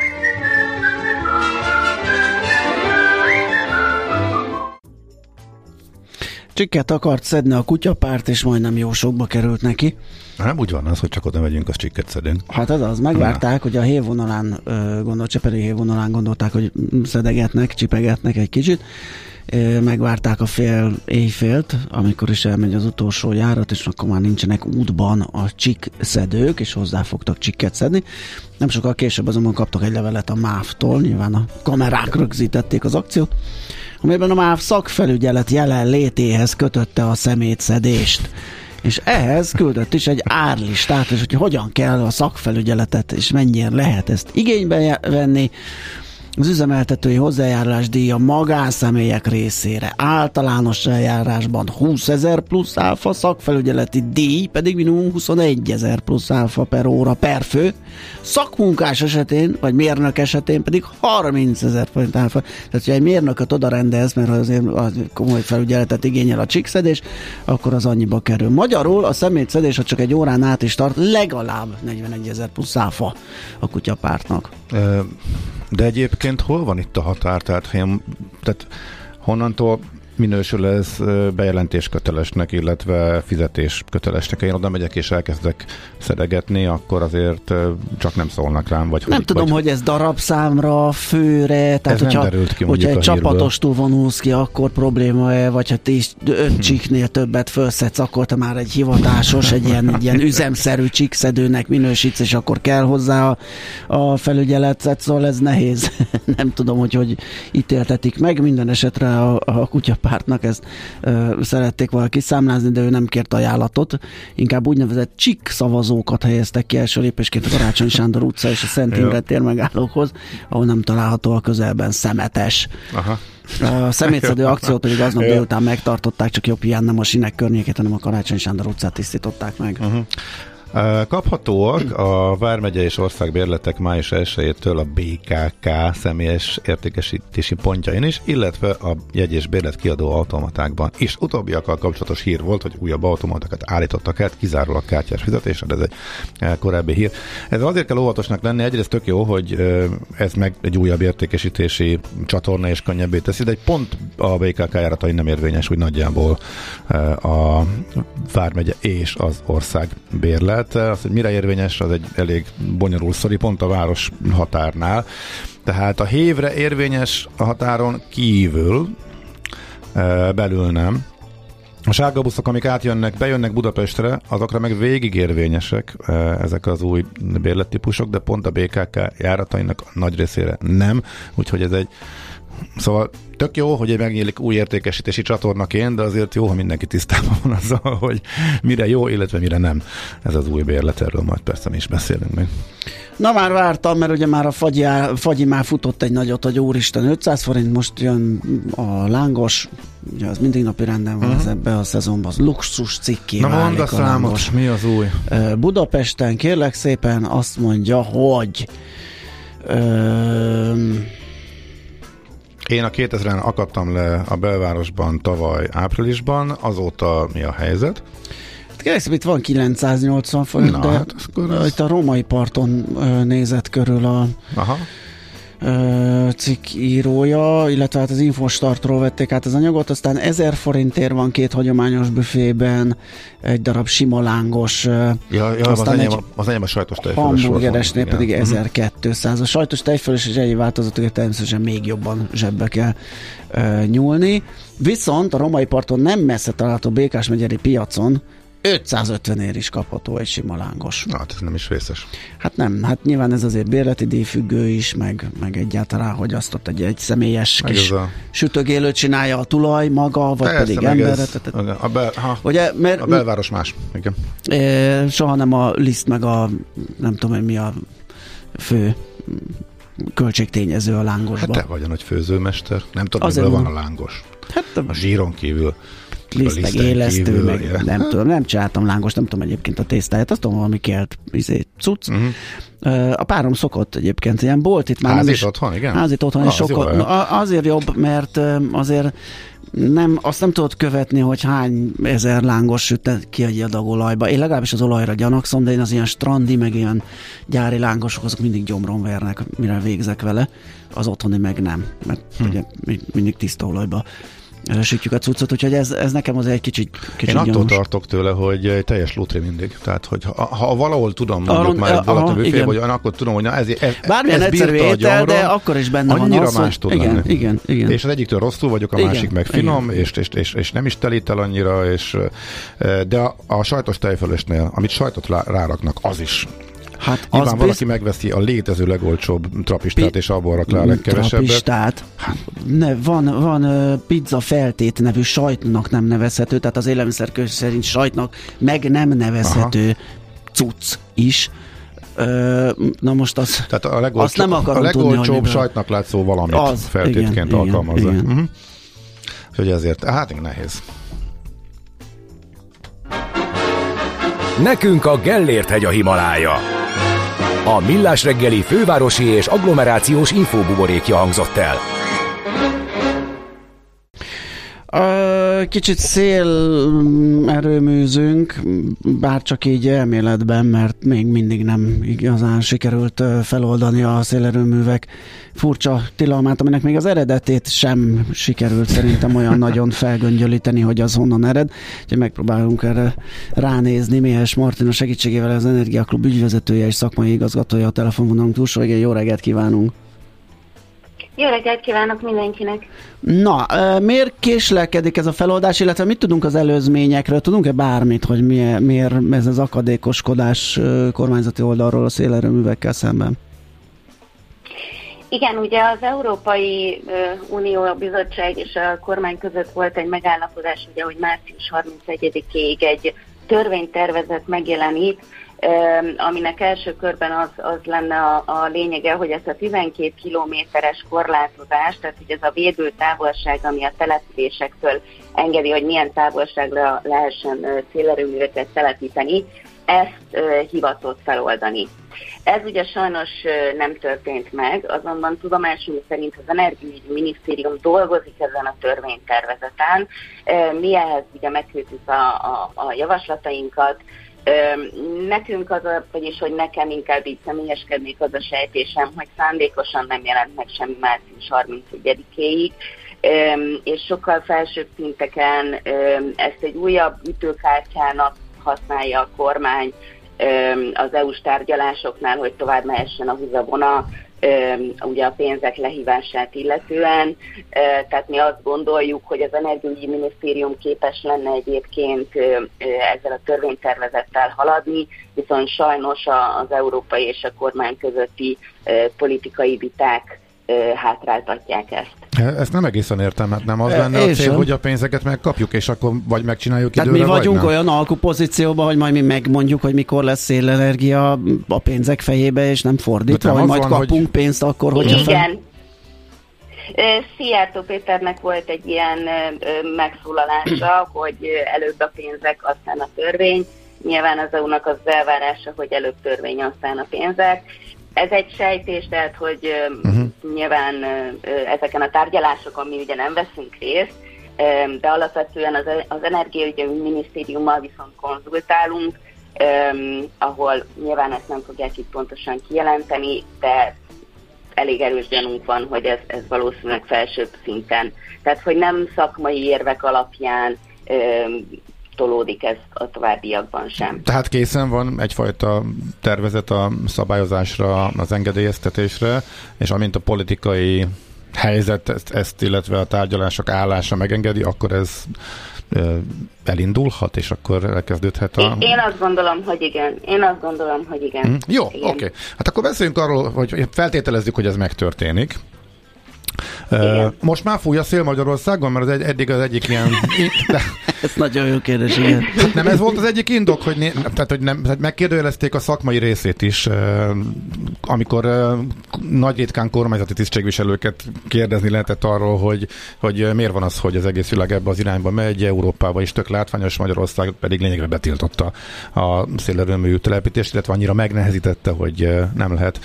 Csikket akart szedni a kutyapárt, és majdnem jó sokba került neki. Nem úgy van az, hogy csak oda megyünk, az csikket szedünk. Hát ez az, megvárták, hogy a hévvonalán, Csepeli hévvonalán gondolták, hogy szedegetnek, csipegetnek egy kicsit. Megvárták a éjfélt, amikor is elmegy az utolsó járat, és akkor már nincsenek útban a csikszedők, és hozzáfogtak csikket szedni. Nem sokkal később azonban kaptak egy levelet a MÁV-tól, nyilván a kamerák rögzítették az akciót, amelyben a MÁV szakfelügyelet jelenlétéhez kötötte a szemétszedést. És ehhez küldött is egy árlistát, és hogy hogyan kell a szakfelügyeletet, és mennyire lehet ezt igénybe venni. Az üzemeltetői hozzájárulásdíj a magánszemélyek részére általános eljárásban 20 000 plusz áfa, szakfelügyeleti díj pedig minimum 21 000 plusz áfa per óra per fő, szakmunkás esetén, vagy mérnök esetén pedig 30 000 forint áfa. Tehát, hogyha egy mérnököt oda rendelsz, mert azért komoly felügyeletet igényel a csíkszedés, akkor az annyiba kerül. Magyarul a szemétszedés, ha csak egy órán át is tart, legalább 41 000 plusz áfa a kutyapártnak. De egyébként hol van itt a határ? Tehát honnantól minősül ez bejelentéskötelesnek, illetve fizetéskötelesnek? Én oda megyek és elkezdek szedegetni, akkor azért csak nem szólnak rám. Vagy nem tudom, hogy ez darabszámra, főre, tehát hogyha egy csapatostól vonulsz ki, akkor probléma-e, vagy ha ti 5 csíknél többet felszedsz, akkor te már egy hivatásos, egy ilyen üzemszerű csíkszedőnek minősítsz, és akkor kell hozzá a felügyeletet, szóval ez nehéz. Nem tudom, hogy ítéltetik meg, minden esetre a kutyapártnak ezt szerették volna kiszámlázni, de ő nem kért ajánlatot, inkább úgynevezett csík szavazókat helyeztek ki első lépésként a Karácsony Sándor utca és a Szent Imre tér megállókhoz, ahol nem található a közelben szemetes. Aha. A szemétszedő akciót pedig aznap délután megtartották, csak jobb hiány nem a Sinek környékét, hanem a Karácsony Sándor utcát tisztították meg. Kaphatóak a Vármegye és országbérletek május 1-től a BKK személyes értékesítési pontjain is, illetve a jegy- és bérlet kiadó automatákban is. Utóbbiakkal kapcsolatos hír volt, hogy újabb automatákat állítottak át, kizárólag kártyás fizetésre, de ez egy korábbi hír. Ez azért kell óvatosnak lenni, egyrészt tök jó, hogy ez meg egy újabb értékesítési csatorna és könnyebbé teszi, de egy pont a BKK járatain nem érvényes, úgy nagyjából a Vármegye és az országbérlet. Az, hogy mire érvényes, az egy elég bonyolult sztori, pont a város határnál. Tehát a hévre érvényes a határon kívül, belül nem. A sárga buszok, amik bejönnek Budapestre, azokra meg végig érvényesek ezek az új bérlettípusok, de pont a BKK járatainak a nagy részére nem. Úgyhogy ez egy szóval tök jó, hogy megnyílik új értékesítési csatornaként, de azért jó, ha mindenki tisztában van azzal, hogy mire jó, illetve mire nem. Ez az új bérlet, erről majd persze mi is beszélünk meg. Na már vártam, mert ugye már a fagyi már futott egy nagyot, hogy úristen 500 forint, most jön a lángos, ugye az mindig napi renden van, ez ebbe a szezonban, az luxus cikké válik. Na mondd a számot, mi az új? Budapesten kérlek szépen azt mondja, hogy én a 2000-en akadtam le a belvárosban tavaly áprilisban, azóta mi a helyzet? Kérlek szépen, itt van 980 forint, de hát itt a római parton nézett körül a cikk írója, illetve hát az Infostartról vették át az anyagot, aztán 1000 forintért van 2 hagyományos büfében, egy darab sima lángos, aztán az enyém a sajtos tejfölös hamburgeresnél pedig 1200. A sajtos tejfölös és egyéb változatokat természetesen még jobban zsebbe kell nyúlni. Viszont a római parton nem messze található Békás-megyeri piacon 550-ért is kapható egy sima lángos. Hát ez nem is vészes. Hát nem, hát nyilván ez azért bérleti díjfüggő is, meg egyáltalán, hogy azt ott egy személyes meg kis sütögélőt csinálja a tulaj maga, vagy pedig ember. A belváros más. Igen. Soha nem a liszt, meg a nem tudom, mi a fő költségtényező a lángosban. Hát te vagy a nagy főzőmester. Nem tudom, miből van a lángos. Hát, a zsíron kívül. liszt, meg élesztő, meg nem tudom, nem csináltam lángos, nem tudom egyébként a tésztáját, azt tudom, valami kelt cucc. A párom szokott egyébként ilyen boltit már házit nem is. Otthon, igen? Házit otthon is sokkal. Azért jobb, mert azért azt nem tudod követni, hogy hány ezer lángos süt ki egy adag olajba. Én legalábbis az olajra gyanakszom, de én az ilyen strandi, meg ilyen gyári lángosok, azok mindig gyomron vernek, mire végzek vele. Az otthoni meg nem, mert ugye mindig tiszta olajba sütjük a cuccot, úgyhogy ez nekem azért egy kicsit én attól tartok tőle, hogy teljes lutri mindig. Tehát, hogy ha valahol tudom, mondjuk már egy balatoni büfé, vagy akkor tudom, hogy ez bármilyen egyszerű étel, de akkor is benne van annyira az, más tud lenni. Igen. És az egyiktől rosszul vagyok, a másik meg finom, és nem is telít el annyira, de a sajtos tejfölösnél, amit sajtot ráraknak, az is. Hát nyilván valaki megveszi a létező legolcsóbb trapistát, és abból rak rá a legkevesebbet. Trapistát. Van pizza feltét nevű sajtnak nem nevezhető, tehát az élelmiszerkönyv szerint sajtnak meg nem nevezhető cucc is. Na most tehát azt nem akarom a legolcsóbb tudni, sajtnak látszó valamit feltétként alkalmazza. Úgyhogy ezért, hát nehéz. Nekünk a Gellért-hegy a Himalája. A Millás reggeli fővárosi és agglomerációs infóbuborékja hangzott el. Kicsit szélerőműzünk, bár csak így elméletben, mert még mindig nem igazán sikerült feloldani a szélerőművek furcsa tilalmát, aminek még az eredetét sem sikerült szerintem olyan nagyon felgöngyölíteni, hogy az honnan ered. Úgyhogy megpróbálunk erre ránézni. Méhes Martina segítségével, az Energiaklub ügyvezetője és szakmai igazgatója a telefonvonalunk túlsó végén. Jó reggelt kívánunk! Jó reggelt kívánok mindenkinek! Na, miért késlekedik ez a feloldás, illetve mit tudunk az előzményekről? Tudunk-e bármit, hogy miért ez az akadékoskodás kormányzati oldalról a szélerőművekkel szemben? Igen, ugye az Európai Unió Bizottság és a kormány között volt egy megállapodás, ugye, hogy március 31-ig egy törvénytervezet megjelenít, aminek első körben az lenne a lényege, hogy ezt a 12 kilométeres korlátozást, tehát hogy ez a védő távolság, ami a településektől engedi, hogy milyen távolságra lehessen szélerőműveket telepíteni, ezt hivatott feloldani. Ez ugye sajnos nem történt meg, azonban tudomásunk szerint az Energiaügyi Minisztérium dolgozik ezen a törvénytervezeten. Mi ehhez ugye megküldtük a javaslatainkat. Nekünk vagyis, hogy nekem inkább így személyeskednék az a sejtésem, hogy szándékosan nem jelent meg semmi március 31-éig, és sokkal felsőbb szinteken ezt egy újabb ütőkártyának használja a kormány az EU-s tárgyalásoknál, hogy tovább mehessen a húzavona, ugye a pénzek lehívását illetően. Tehát mi azt gondoljuk, hogy az Energiaügyi Minisztérium képes lenne egyébként ezzel a törvénytervezettel haladni, viszont sajnos az európai és a kormány közötti politikai viták hátráltatják ezt. Ezt nem egészen értem, mert nem az lenne a cél, hogy a pénzeket megkapjuk, és akkor vagy megcsináljuk időre, tehát mi vagyunk vagy olyan alkupozícióban, hogy majd mi megmondjuk, hogy mikor lesz szélenergia a pénzek fejébe, és nem fordítva, hogy majd kapunk pénzt akkor, hogyha igen. Szijjártó Péternek volt egy ilyen megszólalása, hogy előbb a pénzek, aztán a törvény. Nyilván az EU-nak az elvárása, hogy előbb törvény, aztán a pénzek. Ez egy sejtés, tehát, hogy nyilván ezeken a tárgyalásokon mi ugye nem veszünk részt, de alapvetően az Energiaügyi Minisztériummal viszont konzultálunk, ahol nyilván ezt nem fogják itt pontosan kijelenteni, de elég erős gyanunk van, hogy ez valószínűleg felsőbb szinten. Tehát, hogy nem szakmai érvek alapján tolódik ez a továbbiakban sem. Tehát készen van egyfajta tervezet a szabályozásra, az engedélyeztetésre, és amint a politikai helyzet ezt, illetve a tárgyalások állása megengedi, akkor ez elindulhat, és akkor elkezdődhet a... Én azt gondolom, hogy igen. Jó, oké. Hát akkor beszéljünk arról, hogy feltételezzük, hogy ez megtörténik. Most már fúj a szél Magyarországon, mert eddig az egyik ilyen Ez nagyon jó kérdés, igen. Nem ez volt az egyik indok, hogy megkérdőjelezték a szakmai részét is, amikor nagy ritkán kormányzati tisztségviselőket kérdezni lehetett arról, hogy miért van az, hogy az egész világ ebbe az irányba megy, Európába is tök látványos, Magyarország pedig lényegre betiltotta a szélerőmű telepítést, illetve annyira megnehezítette, hogy nem lehet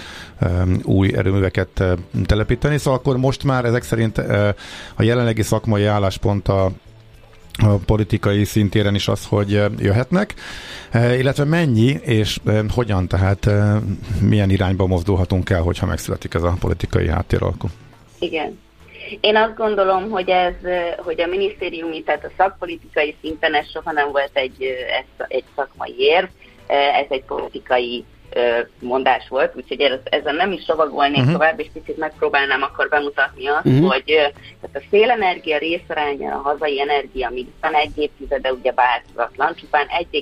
új erőműveket telepíteni. Szóval akkor most már ezek szerint a jelenlegi szakmai álláspont a politikai szintéren is az, hogy jöhetnek, illetve mennyi és hogyan, tehát milyen irányba mozdulhatunk el, hogyha megszületik ez a politikai háttéralkú. Igen. Én azt gondolom, hogy hogy a minisztériumi, tehát a szakpolitikai szinten ez soha nem volt egy szakmai érv, ez egy politikai mondás volt, úgyhogy ezzel nem is lovagolnék tovább, és picit megpróbálnám akkor bemutatni azt, hogy tehát a szélenergia részaránya a hazai energia mixben egy évtizede ugye változatlan, csupán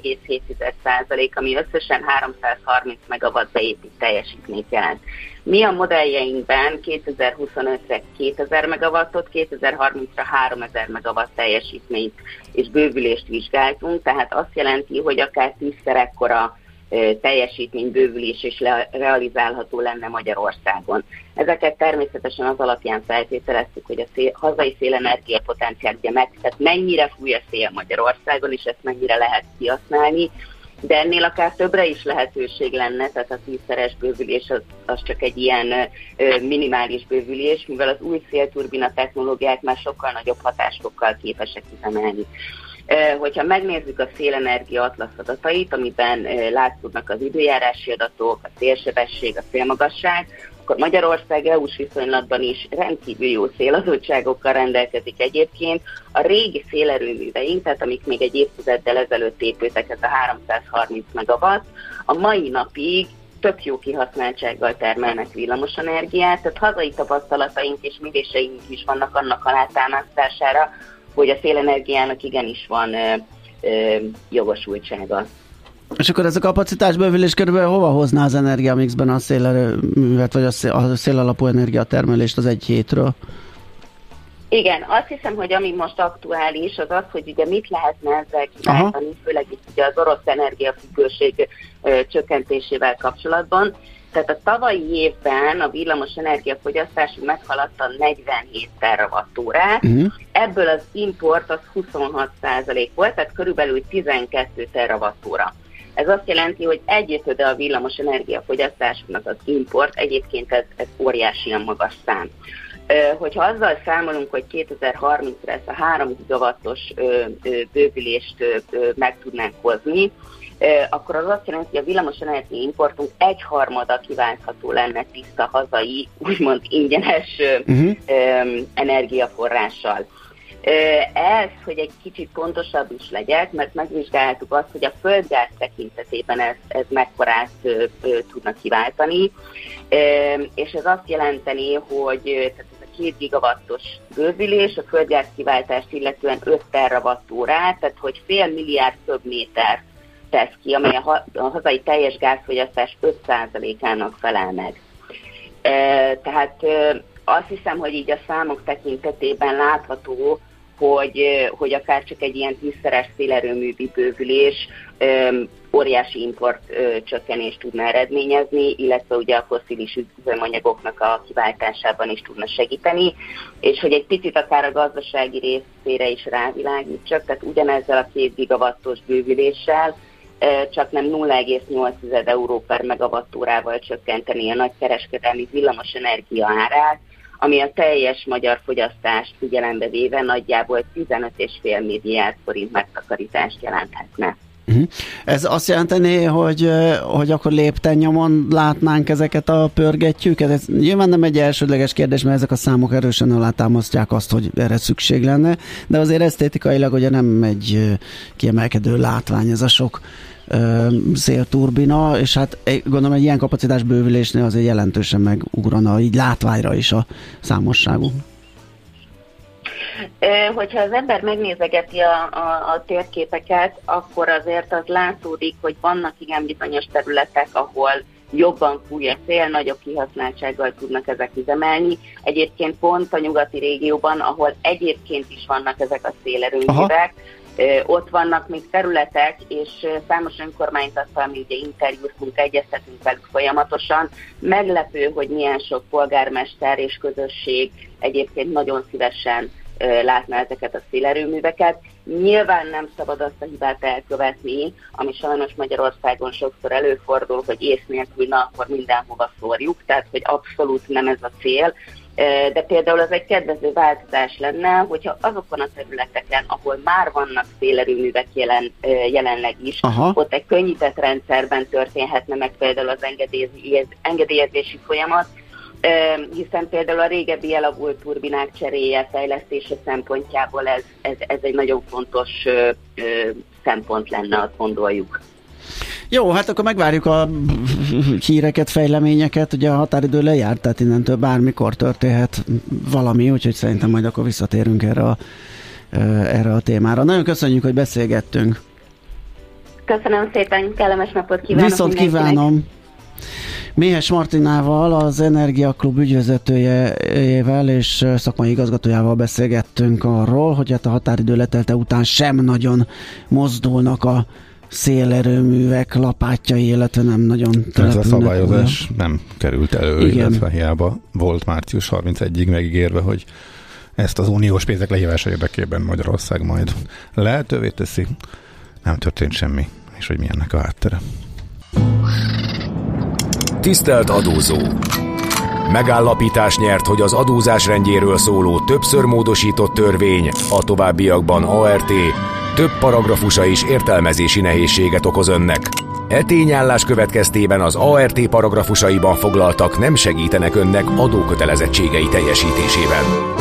1,7%, ami összesen 330 megawatt beépít teljesítményt jelent. Mi a modelljeinkben 2025-re 2000 megawattot, 2030-ra 3000 megawatt teljesítményt és bővülést vizsgáltunk, tehát azt jelenti, hogy akár 10-szer ekkora teljesítménybővülés is realizálható lenne Magyarországon. Ezeket természetesen az alapján feltételeztük, hogy a hazai szélenergia potenciál, tehát mennyire fúj a szél Magyarországon, és ezt mennyire lehet kihasználni, de ennél akár többre is lehetőség lenne, tehát a 10-szeres bővülés az csak egy ilyen minimális bővülés, mivel az új szélturbina technológiák már sokkal nagyobb hatásfokkal képesek üzemelni. Hogyha megnézzük a szélenergia atlasz adatait, amiben látszódnak az időjárási adatok, a szélsebesség, a szélmagasság, akkor Magyarország EU-s viszonylatban is rendkívül jó széladottságokkal rendelkezik egyébként. A régi szélerőműveink, tehát amik még egy évtizeddel ezelőtt épültek, ez a 330 megawatt, a mai napig tök jó kihasználtsággal termelnek villamosenergiát, tehát hazai tapasztalataink és méréseink is vannak annak alátámasztására, hogy a szélenergiának igenis van jogosultsága. És akkor ez a kapacitásbővülés körülbelül hova hozná az energiamixben a szélerőművet, vagy a szélalapú energiatermelést az egy hétről? Igen, azt hiszem, hogy ami most aktuális, az az, hogy ugye mit lehetne ezzel kiváltani, főleg itt ugye az orosz energiafüggőség csökkentésével kapcsolatban. Tehát a tavalyi évben a villamos energiafogyasztásunk meghaladta 47 terawattórát, ebből az import az 26% volt, tehát körülbelül 12 terawattóra. Ez azt jelenti, hogy 1/5 a villamos energiafogyasztásunknak az import, egyébként ez óriásian magas szám. Hogyha azzal számolunk, hogy 2030-ra ezt a 3 gigawattos bővülést meg tudnánk hozni, akkor az azt jelenti, hogy a villamosenergia importunk 1/3 kiváltható lenne tiszta hazai, úgymond ingyenes energiaforrással. Ez, hogy egy kicsit pontosabb is legyek, mert megvizsgáltuk azt, hogy a földgáz tekintetében ez mekkorát tudna kiváltani, és ez azt jelenteni, hogy tehát ez a 2 gigawattos bővülés, a földgáz kiváltást illetően 5 terawattórát, tehát hogy fél milliárd köbméter tesz ki, amely a hazai teljes gázfogyasztás 5%-ának felel meg. Tehát azt hiszem, hogy így a számok tekintetében látható, hogy akár csak egy ilyen 10-szeres szélerőművi bővülés óriási import csökkenést tudna eredményezni, illetve ugye a fosszilis üzemanyagoknak a kiváltásában is tudna segíteni, és hogy egy picit akár a gazdasági részére is rávilágítsak, tehát ugyanezzel a 2 gigawattos bővüléssel csak nem 0,8 euró per megawattórával csökkenteni a nagykereskedelmi villamosenergia árát, ami a teljes magyar fogyasztást figyelembe véve nagyjából 15,5 milliárd forint megtakarítást jelenthetne. Ez azt jelenteni, hogy akkor lépten nyomon látnánk ezeket a pörgettyűket? Ez nyilván nem egy elsődleges kérdés, mert ezek a számok erősen alátámasztják azt, hogy erre szükség lenne, de azért esztétikailag ugye nem egy kiemelkedő látvány ez a sok szélturbina, és hát gondolom egy ilyen kapacitás bővülésnél azért jelentősen megugrana így látványra is a számosságú. Hogyha az ember megnézegeti a térképeket, akkor azért az látszódik, hogy vannak igen bizonyos területek, ahol jobban fúj a szél, nagyobb kihasználtsággal tudnak ezek üzemelni. Egyébként pont a nyugati régióban, ahol egyébként is vannak ezek a szélerőművek, Ott vannak még területek, és számos önkormányzattal mi ugye interjúztunk, egyeztetünk velük folyamatosan. Meglepő, hogy milyen sok polgármester és közösség egyébként nagyon szívesen látna ezeket a szélerőműveket. Nyilván nem szabad azt a hibát elkövetni, ami sajnos Magyarországon sokszor előfordul, hogy ész nélkül, akkor mindenhova szórjuk, tehát hogy abszolút nem ez a cél. De például az egy kedvező változás lenne, hogyha azokon a területeken, ahol már vannak szélerőművek jelenleg is, ott egy könnyített rendszerben történhetne meg például az engedélyezési folyamat, hiszen például a régebbi elavult turbinák cseréje, fejlesztése szempontjából ez egy nagyon fontos szempont lenne, azt gondoljuk. Jó, hát akkor megvárjuk a híreket, fejleményeket, ugye a határidő lejárt, tehát innentől bármikor történhet valami, úgyhogy szerintem majd akkor visszatérünk erre a témára. Nagyon köszönjük, hogy beszélgettünk. Köszönöm szépen, kellemes napot kívánok. Viszont kívánom. Méhes Martinával, az Energiaklub ügyvezetőjével és szakmai igazgatójával beszélgettünk arról, hogy hát a határidő letelte után sem nagyon mozdulnak a szélerőművek lapátjai, illetve nem nagyon települnek. Ez a szabályozás nem került elő, illetve hiába volt március 31-ig megígérve, hogy ezt az uniós pénzek lehívása érdekében Magyarország majd lehetővé teszi. Nem történt semmi, és hogy milyennek a háttere. Tisztelt adózó! Megállapítás nyert, hogy az adózás rendjéről szóló többször módosított törvény, a továbbiakban ART, több paragrafusa is értelmezési nehézséget okoz önnek. E tényállás következtében az ART paragrafusaiban foglaltak nem segítenek önnek adókötelezettségei teljesítésében.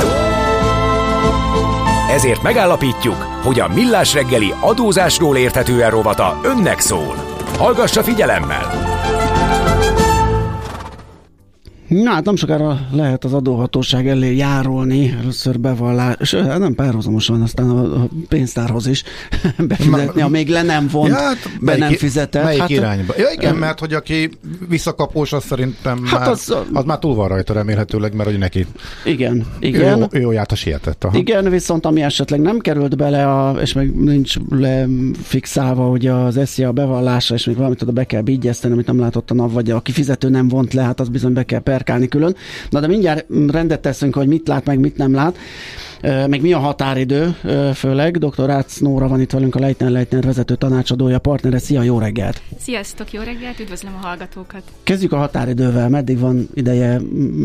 Ezért megállapítjuk, hogy a Millás reggeli adózásról érthetően rovata önnek szól. Hallgassa figyelemmel! Na, hát nem sokára lehet az adóhatóság elé járulni, először bevallás, nem párhuzamosan, aztán a pénztárhoz is befizetni, ha még le nem vont, be nem fizetett. Melyik irányba? Ja igen, mert hogy aki visszakapós, az szerintem hát az már túl van rajta remélhetőleg, mert hogy neki igen. Jó járt a sietett. Aha. Igen, viszont ami esetleg nem került bele, és meg nincs lefixálva ugye az SZIA bevallása, és még valamit oda be kell bígyeszteni, amit nem látott a nap, vagy a kifizető nem vont le, hát az bizony be kell perkálni külön. Na de mindjárt rendet teszünk, hogy mit lát, meg mit nem lát. Meg mi a határidő, főleg. Dr. Rácz Nóra van itt velünk, a Leitner vezető tanácsadója, partnere. Szia, jó reggelt! Sziasztok, jó reggelt, üdvözlöm a hallgatókat! Kezdjük a határidővel. Meddig van ideje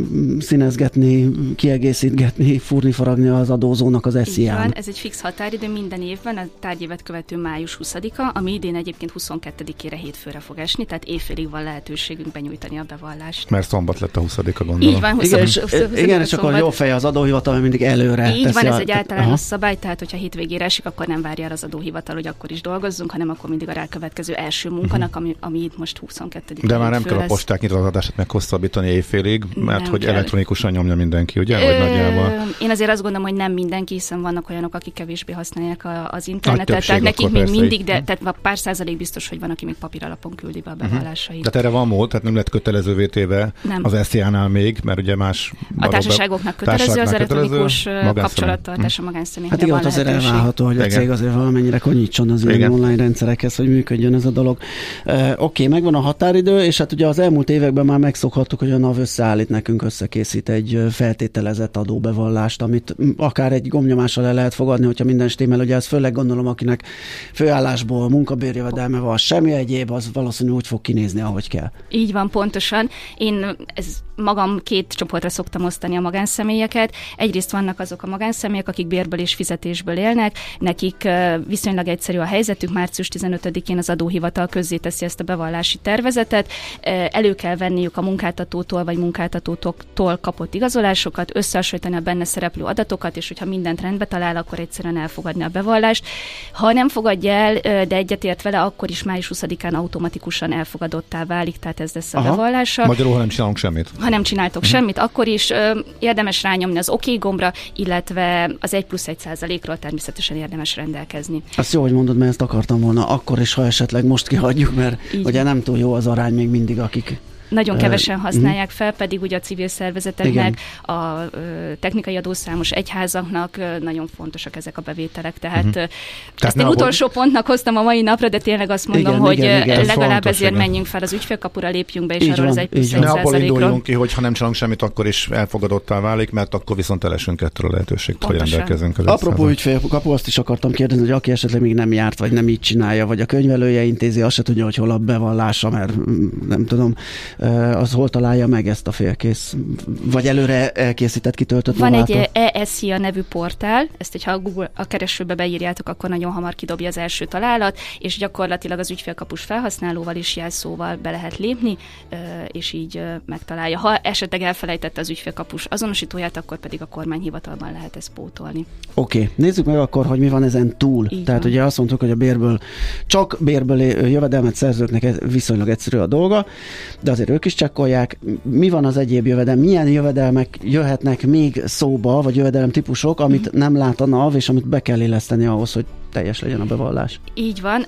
színezgetni, kiegészítgetni, fúrni, faragni az adózónak az SZIA-n? Van, ez egy fix határidő minden évben, a tárgyévet követő május 20-a, ami idén egyébként 22-ére hétfőre fog esni, tehát évfélig van lehetőségünk benyújtani a bevallást. Mert szombat lett a 20-a, gondolom. Így van, igen, és akkor jó fej az adóhivatal, mert mindig előre. Így van, ez egy általános szabály, tehát hogyha hétvégére esik, akkor nem várja el az adóhivatal, hogy akkor is dolgozzunk, hanem akkor mindig a rákövetkező első munkanak, ami itt most 22. De már nem kell a posták nyitvatartását meghosszabbítani évfélig, mert hogy kell. Elektronikusan nyomja mindenki, ugye? Vagy nagyjából. Én azért azt gondolom, hogy nem mindenki, hiszen vannak olyanok, akik kevésbé használják az internetet, tehát nekik még mindig, de tehát pár százalék biztos, hogy van, aki még papíralapon küldi be a bevallásait. Tehát erre van mód, tehát nem lett kötelezővé téve az SZIA-nál még, mert ugye más a társaságoknak kötelező az elektronikus kapcsolattartás a magánszemélyekre. Hát igen, azért elválható, hogy a cég azért valamennyire konyítson az ilyen online rendszerekhez, hogy működjön ez a dolog. Oké, megvan a határidő, és hát ugye az elmúlt években már megszokhattuk, hogy a NAV összeállít nekünk, összekészít egy feltételezett adóbevallást, amit akár egy gombnyomással el lehet fogadni, hogyha minden stimmel. Ugye ezt főleg gondolom, akinek főállásból munkabérjövedelme van, semmi egyéb, az valószínűleg úgy fog kinézni, ahogy kell. Így van, pontosan. Én magam két csoportra szoktam osztani a magánszemélyeket. Egyrészt vannak azok a magánszemélyek, akik bérből és fizetésből élnek, nekik viszonylag egyszerű a helyzetük, március 15-én az adóhivatal közzéteszi ezt a bevallási tervezetet, elő kell venniük a munkáltatótól vagy munkáltatótól kapott igazolásokat, összehasonlítani a benne szereplő adatokat, és hogyha mindent rendbe talál, akkor egyszerűen elfogadni a bevallást. Ha nem fogadja el, de egyetért vele, akkor is május 20-án automatikusan elfogadottá válik, tehát ez lesz a bevallása. Magyarul, ha nem csinálunk semmit. Ha nem csináltok semmit, akkor is érdemes rányomni az OK gombra, illetve az 1+1%-ról természetesen érdemes rendelkezni. Azt jó, hogy mondod, mert ezt akartam volna akkor is, ha esetleg most kihagyjuk, mert ugye nem túl jó az arány még mindig, akik Nagyon kevesen használják fel, pedig ugye a civil szervezeteknek, a technikai adószámos egyházaknak nagyon fontosak ezek a bevételek. Tehát ezt én utolsó pontnak hoztam a mai napra, de tényleg azt mondom, hogy legalább ezért menjünk fel az ügyfélkapura, lépjünk be, és arról az 1+1%-ról. Ne abból induljunk ki, hogy ha nem csinálunk semmit, akkor is elfogadottá válik, mert akkor viszont elesünk ettől a lehetőséget, hogy rendelkezünk. Apropó ügyfélkapu, azt is akartam kérdezni, hogy aki esetleg még nem járt, vagy nem így csinálja, vagy a könyvelője intézi, azt se tudja, hogy hol a bevallása, mert nem tudom, az hol találja meg ezt a félkész, vagy előre elkészített, kitöltött novától. Van egy ESIA nevű portál, ezt hogyha a Google a keresőbe beírjátok, akkor nagyon hamar kidobja az első találat, és gyakorlatilag az ügyfélkapus felhasználóval is jelszóval be lehet lépni, és így megtalálja. Ha esetleg elfelejtette az ügyfélkapus azonosítóját, akkor pedig a kormányhivatalban lehet ezt pótolni. Oké, nézzük meg akkor, hogy mi van ezen túl. Így tehát van. Ugye azt mondtuk, hogy csak bérből jövedelmet szerzőknek viszonylag egyszerű a dolga, de azért ők is csekkolják. Mi van az egyéb jövedelem? Milyen jövedelmek jöhetnek még szóba, vagy jövedelem típusok, amit nem lát a NAV, és amit be kell illeszteni ahhoz, hogy teljes legyen a bevallás? Így van.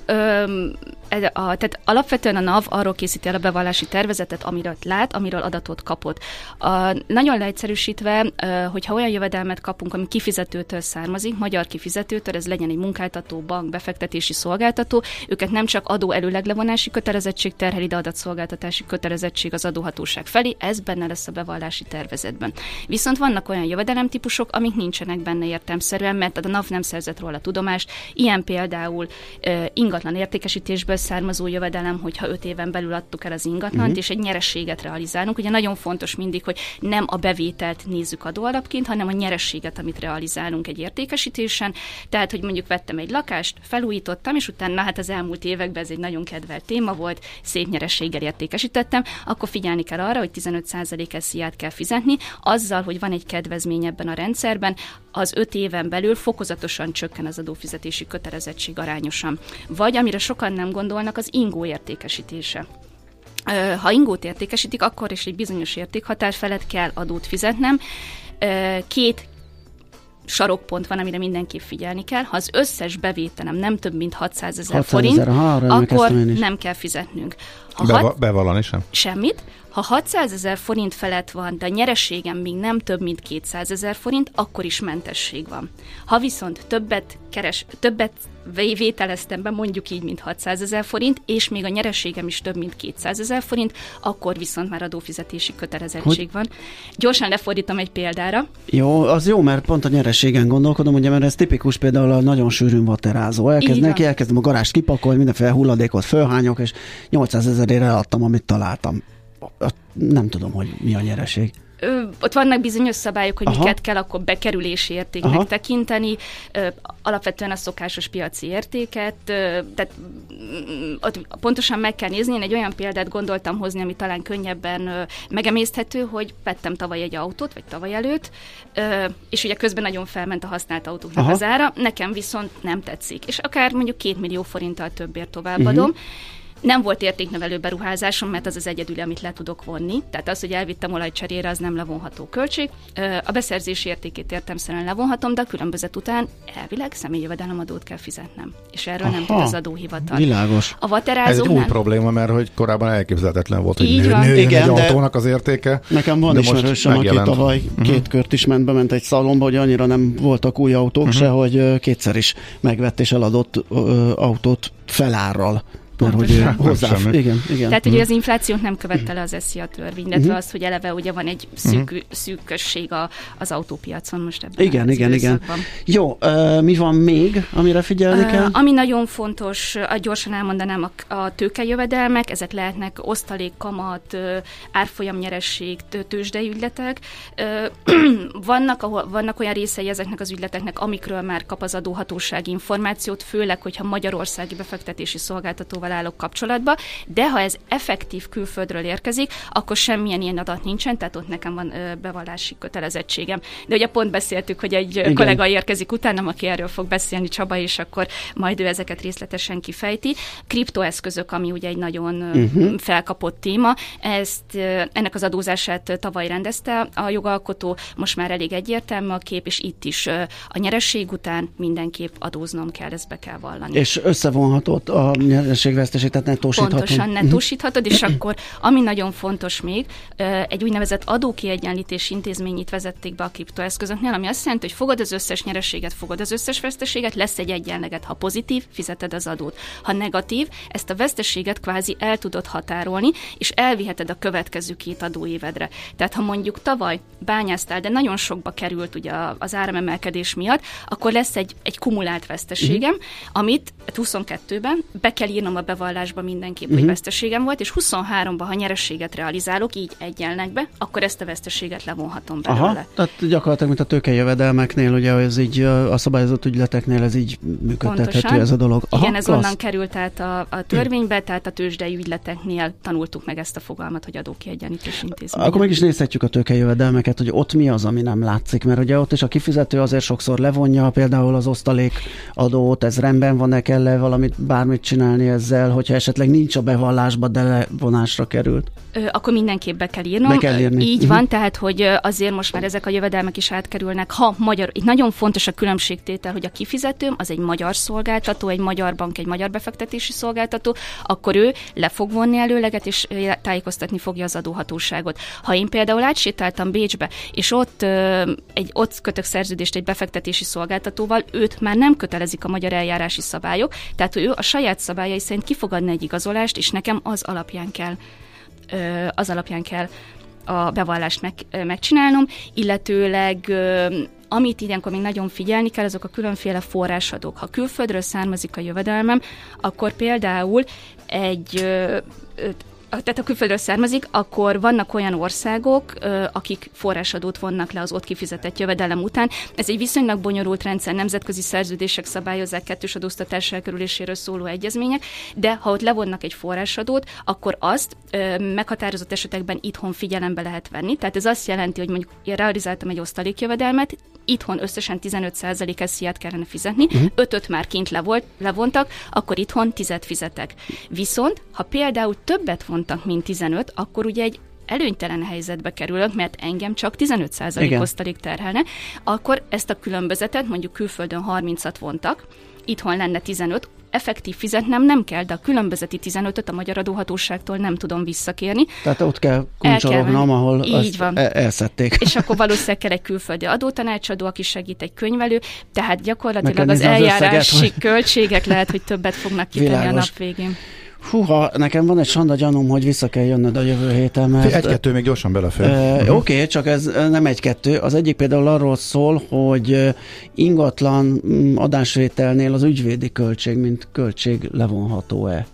Tehát alapvetően a NAV arról készíti el a bevallási tervezetet, amiről lát, amiről adatot kapott. Nagyon leegyszerűsítve, hogyha olyan jövedelmet kapunk, ami kifizetőtől származik, magyar kifizetőtől, ez legyen egy munkáltató, bank, befektetési szolgáltató, őket nem csak adó előleglevonási kötelezettség terheli, de adatszolgáltatási kötelezettség az adóhatóság felé, ez benne lesz a bevallási tervezetben. Viszont vannak olyan jövedelemtípusok, amik nincsenek benne értelemszerűen, mert a NAV nem szerzett róla tudomást, ilyen például ingatlan értékesítésből származó jövedelem, hogyha 5 éven belül adtuk el az ingatlant, és egy nyerességet realizálunk. Ugye nagyon fontos mindig, hogy nem a bevételt nézzük adóalapként, hanem a nyerességet, amit realizálunk egy értékesítésen. Tehát, hogy mondjuk vettem egy lakást, felújítottam, és utána hát az elmúlt években ez egy nagyon kedvelt téma volt, szép nyerességgel értékesítettem, akkor figyelni kell arra, hogy 15% SZIA-t kell fizetni, azzal, hogy van egy kedvezmény ebben a rendszerben, az 5 éven belül fokozatosan csökken az adófizetési kötelezettség arányosan. Vagy amire sokan nem gondolnak, az ingó értékesítése. Ha ingót értékesítik, akkor is egy bizonyos értékhatár felett kell adót fizetnem. 2 sarokpont van, amire mindenképp figyelni kell. Ha az összes bevételem nem több, mint 600 000 forint, akkor nem kell fizetnünk. Bevallani sem? Semmit. Ha 600 000 forint felett van, de a nyereségem még nem több, mint 200 000 forint, akkor is mentesség van. Ha viszont többet vételeztem be, mondjuk így, mint 600 000 forint, és még a nyereségem is több, mint 200 000 forint, akkor viszont már adófizetési kötelezettség van. Gyorsan lefordítom egy példára. Jó, az jó, mert pont a nyereségen gondolkodom, ugye, mert ez tipikus például a nagyon sűrűn vaterázó. Elkezdem a garást kipakolni, mindenféle hulladékot fölhányok, és 800 000-ére eladtam, amit találtam. Nem tudom, hogy mi a nyereség. Ott vannak bizonyos szabályok, hogy miket kell akkor bekerülési értéknek tekinteni, alapvetően a szokásos piaci értéket, tehát ott pontosan meg kell nézni. Én egy olyan példát gondoltam hozni, ami talán könnyebben megemészthető, hogy vettem tavaly egy autót, vagy tavaly előtt, és ugye közben nagyon felment a használt autóknak az ára, nekem viszont nem tetszik, és akár mondjuk 2 millió forinttal többért továbbadom. Nem volt értéknövelő beruházásom, mert az az egyedül, amit le tudok vonni. Tehát az, hogy elvittem olajcserére, az nem levonható költség. A beszerzési értékét értelemszerűen levonhatom, de a különbözet után elvileg személyi jövedelemadót kell fizetnem. És erről nem tud az adóhivatal. Világos. A vaterázóknál... Ez egy új probléma, mert hogy korábban elképzelhetetlen volt, hogy nőjön egy autónak az értéke. Nekem van ismerősöm, aki tavaly 2 kört is bement egy szalomba, hogy annyira nem voltak új autók se, hogy kétszer is megvett és eladott autót felárral. Igen. Tehát ugye az inflációt nem követte le az SZIA törvény, illetve az, hogy eleve ugye van egy szűkösség az autópiacon most ebben Igen. Jó, mi van még, amire figyelni kell? Ami nagyon fontos, gyorsan elmondanám, a tőkejövedelmek, ezek lehetnek osztalék, kamat, árfolyamnyeresség, tőzsdei ügyletek. Vannak olyan részei ezeknek az ügyleteknek, amikről már kap az adóhatóság információt, főleg, hogyha magyarországi befektetési szolgáltatóval állok kapcsolatba, de ha ez effektív külföldről érkezik, akkor semmilyen ilyen adat nincsen, tehát ott nekem van bevallási kötelezettségem. De ugye pont beszéltük, hogy egy kollega érkezik utánam, aki erről fog beszélni, Csaba, és akkor majd ő ezeket részletesen kifejti. Kriptoeszközök, ami ugye egy nagyon felkapott téma, ennek az adózását tavaly rendezte a jogalkotó, most már elég egyértelmű a kép, és itt is a nyeresség után mindenképp adóznom kell, ezt be kell vallani. És összevonhatott a nyerességvel veszteség, tehát nettósíthatod. Pontosan nettósíthatod, és akkor, ami nagyon fontos még, egy úgynevezett adókiegyenlítési intézményit vezették be a kriptoeszközöknél, ami azt jelenti, hogy fogod az összes nyereséget, fogod az összes veszteséget, lesz egy egyenleget. Ha pozitív, fizeted az adót. Ha negatív, ezt a veszteséget kvázi el tudod határolni, és elviheted a következő 2 adóévedre. Tehát ha mondjuk tavaly bányáztál, de nagyon sokba került ugye az áramemelkedés miatt, akkor lesz egy kumulált veszteségem, amit 22-ben be kell írnom a bevallásba mindenképp, hogy veszteségem volt, és 23-ban, ha nyerességet realizálok, így egyenlegbe, akkor ezt a veszteséget levonhatom belőle. Aha, tehát gyakorlatilag, mint a tőkejövedelmeknél, ugye ez így a szabályozott ügyleteknél ez így működtethető. Pontosan. Ez a dolog. Aha, igen, ez onnan került át a törvénybe, tehát a tőzsdei ügyleteknél tanultuk meg ezt a fogalmat, hogy adókiegyenlítési intézmény. Akkor meg is nézhetjük a tőkejövedelmeket, hogy ott mi az, ami nem látszik, mert ugye ott is a kifizető azért sokszor levonja például az osztalékadót, ez rendben van-e, kell-e bármit csinálni ezzel, hogyha esetleg nincs a bevallásba, de levonásra került? Akkor mindenképp be kell írnom. Be kell írni. Így van, tehát hogy azért most már ezek a jövedelmek is átkerülnek. Ha magyar, itt nagyon fontos a különbségtétel, hogy a kifizetőm az egy magyar szolgáltató, egy magyar bank, egy magyar befektetési szolgáltató, akkor ő le fog vonni előleget, és tájékoztatni fogja az adóhatóságot. Ha én például átsétáltam Bécsbe, és ott kötök szerződést egy befektetési szolgáltatóval, őt már nem kötelezik a magyar eljárási szabályok, tehát ő a saját szabályai szerint ki fog adni egy igazolást, és nekem az alapján kell a bevallást megcsinálnom, illetőleg amit ilyenkor még nagyon figyelni kell, azok a különféle forrásadók. Ha külföldről származik a jövedelmem, akkor például tehát a külföldről származik, akkor vannak olyan országok, akik forrásadót vonnak le az ott kifizetett jövedelem után. Ez egy viszonylag bonyolult rendszer, nemzetközi szerződések szabályozzák, kettős adóztatás elkerüléséről szóló egyezmények, de ha ott levonnak egy forrásadót, akkor azt meghatározott esetekben itthon figyelembe lehet venni. Tehát ez azt jelenti, hogy mondjuk én realizáltam egy osztalékjövedelmet, itthon összesen 15% SZIA-t kellene fizetni, 5-öt már kint levontak, akkor itthon 10-et fizetek. Viszont, ha például többet vontak, mint 15, akkor ugye egy előnytelen helyzetbe kerülök, mert engem csak 15% osztalék terhelne, akkor ezt a különbözetet, mondjuk külföldön 30-at vontak, itthon lenne 15, effektív fizetnem nem kell, de a különbözeti 15-öt a magyar adóhatóságtól nem tudom visszakérni. Tehát ott kell kuncsorognom, ahol elszedték. És akkor valószínűleg kell egy külföldi adótanácsadó, aki segít, egy könyvelő, tehát gyakorlatilag az eljárási költségek lehet, hogy többet fognak kitenni a nap végén. Húha, nekem van egy sanda gyanúm, hogy vissza kell jönnöd a jövő héten, mert... Egy-kettő még gyorsan belefér. Oké, csak ez nem egy-kettő. Az egyik például arról szól, hogy ingatlan adásvételnél az ügyvédi költség, mint költség levonható-e?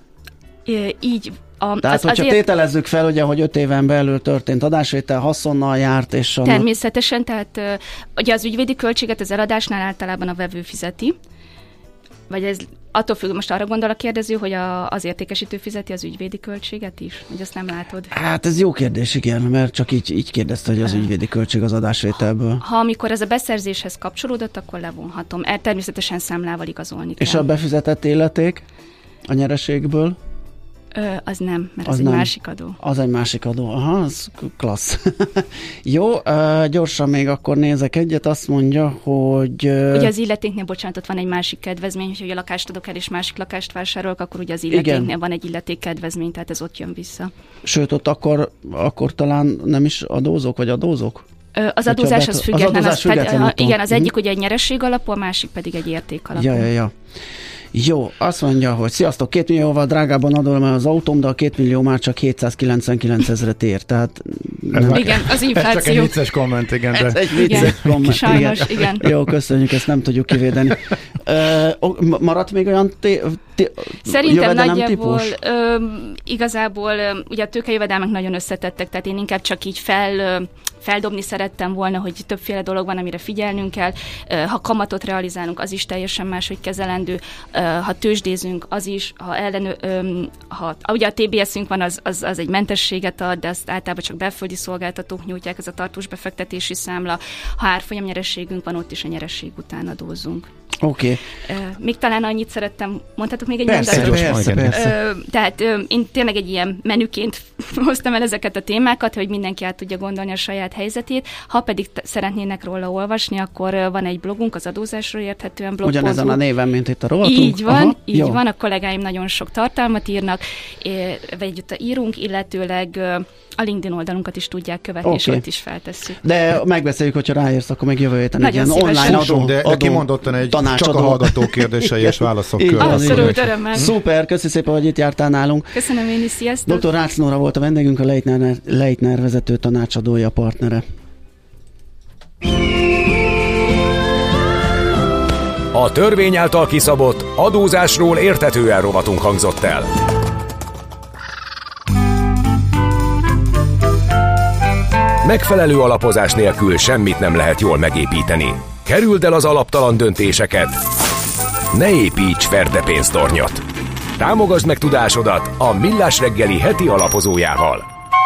Így. Tehát, hogyha tételezzük fel, ugye, hogy 5 éven belül történt adásvétel, haszonnal járt, és... Természetesen, tehát ugye az ügyvédi költséget az eladásnál általában a vevő fizeti, vagy ez attól függ, most arra gondol a kérdező, hogy az értékesítő fizeti az ügyvédi költséget is? Vagy azt nem látod? Hát ez jó kérdés, igen, mert csak így kérdezte, hogy az ügyvédi költség az adásvételből. Ha amikor ez a beszerzéshez kapcsolódott, akkor levonhatom. Természetesen számlával igazolni kell. És a befizetett illeték a nyereségből? Az nem, mert az egy másik adó. Az egy másik adó, aha, az klassz. Jó, gyorsan még akkor nézek egyet, azt mondja, hogy... Ugye az illetéknél, bocsánat, ott van egy másik kedvezmény, hogy a lakást adok el és másik lakást vásárolok, akkor ugye az illetéknél van egy illeték kedvezmény, tehát ez ott jön vissza. Sőt, ott akkor talán nem is adózok, vagy adózok? Az adózás az független. Igen, az egyik ugye egy nyereség alapú, a másik pedig egy érték alapú. Ja. Jó, azt mondja, hogy sziasztok, 2 millióval drágában adom el az autóm, de a 2 millió már csak 799 000-et ér, tehát... Igen, az infláció. Ez csak egy vicces komment, igen. Ez egy vicces komment. Sajnos, igen. Jó, köszönjük, ezt nem tudjuk kivédeni. Maradt még olyan szerintem nagyjából igazából ugye a tőkejövedelmek nagyon összetettek, tehát én inkább csak így feldobni szerettem volna, hogy többféle dolog van, amire figyelnünk kell. Ha kamatot realizálunk, az is teljesen máshogy kezelendő. Ha tőzsdézünk, az is. Ha ugye a TBS-ünk van, az egy mentességet ad, de azt általában csak belföldi szolgáltatók nyújtják, ez a tartós befektetési számla. Ha árfolyam nyerességünk van, ott is a nyereség után adózzunk. Oké. Még talán annyit szerettem, mondhatok még egy mondatot? Persze. Tehát én tényleg egy ilyen menüként hoztam el ezeket a témákat, hogy mindenki át tudja gondolni a saját helyzetét. Ha pedig szeretnének róla olvasni, akkor van egy blogunk, az adózásról érthetően blog. Ugyanezen a néven, mint itt a rovatunk? Így van, így van. A kollégáim nagyon sok tartalmat írnak, vagy írunk, illetőleg a LinkedIn oldalunkat is tudják követni, és ott is feltesszük. De megbeszéljük, hogyha ráérsz, akkor még jövő héten egy ilyen szívesen. online adó kimondottan egy csak a hallgató kérdései és válaszok körül. Abszolút, örömmel. Szuper, köszi szépen, hogy itt jártál nálunk. Köszönöm én is, sziasztok. Dr. Rácz Nóra volt a vendégünk, a Leitner vezető tanácsadója, partnere. A törvény által kiszabott adózásról érthetően rovatunk hangzott el. Megfelelő alapozás nélkül semmit nem lehet jól megépíteni. Kerüld el az alaptalan döntéseket. Ne építs ferdepénztornyot. Támogasd meg tudásodat a Millás reggeli heti alapozójával.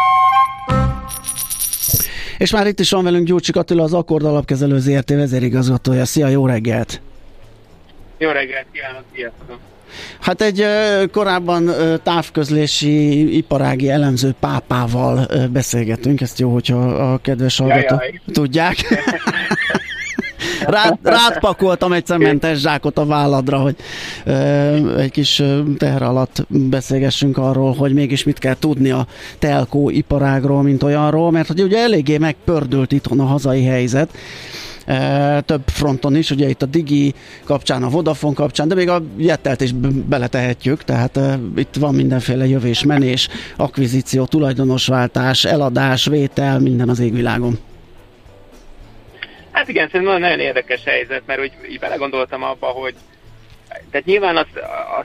És már itt is van velünk Gyurcsik Attila, az Akkord Alapkezelő Zrt. Vezérigazgatója. Szia, jó reggelt! Jó reggelt kívánok, sziasztok! Hát egy korábban távközlési iparági elemző pápával beszélgetünk, ezt jó, hogyha a kedves hallgatók tudják. Rád pakoltam egy cementes zsákot a válladra, hogy egy kis teher alatt beszélgessünk arról, hogy mégis mit kell tudni a telkó iparágról, mint olyanról, mert hogy ugye eléggé megpördült itthon a hazai helyzet, több fronton is, ugye itt a Digi kapcsán, a Vodafone kapcsán, de még a Jettelt is beletehetjük, tehát itt van mindenféle jövés-menés, akvizíció, tulajdonosváltás, eladás, vétel, minden az égvilágon. Hát igen, szerintem nagyon érdekes helyzet, mert úgy így belegondoltam abba, hogy tehát nyilván az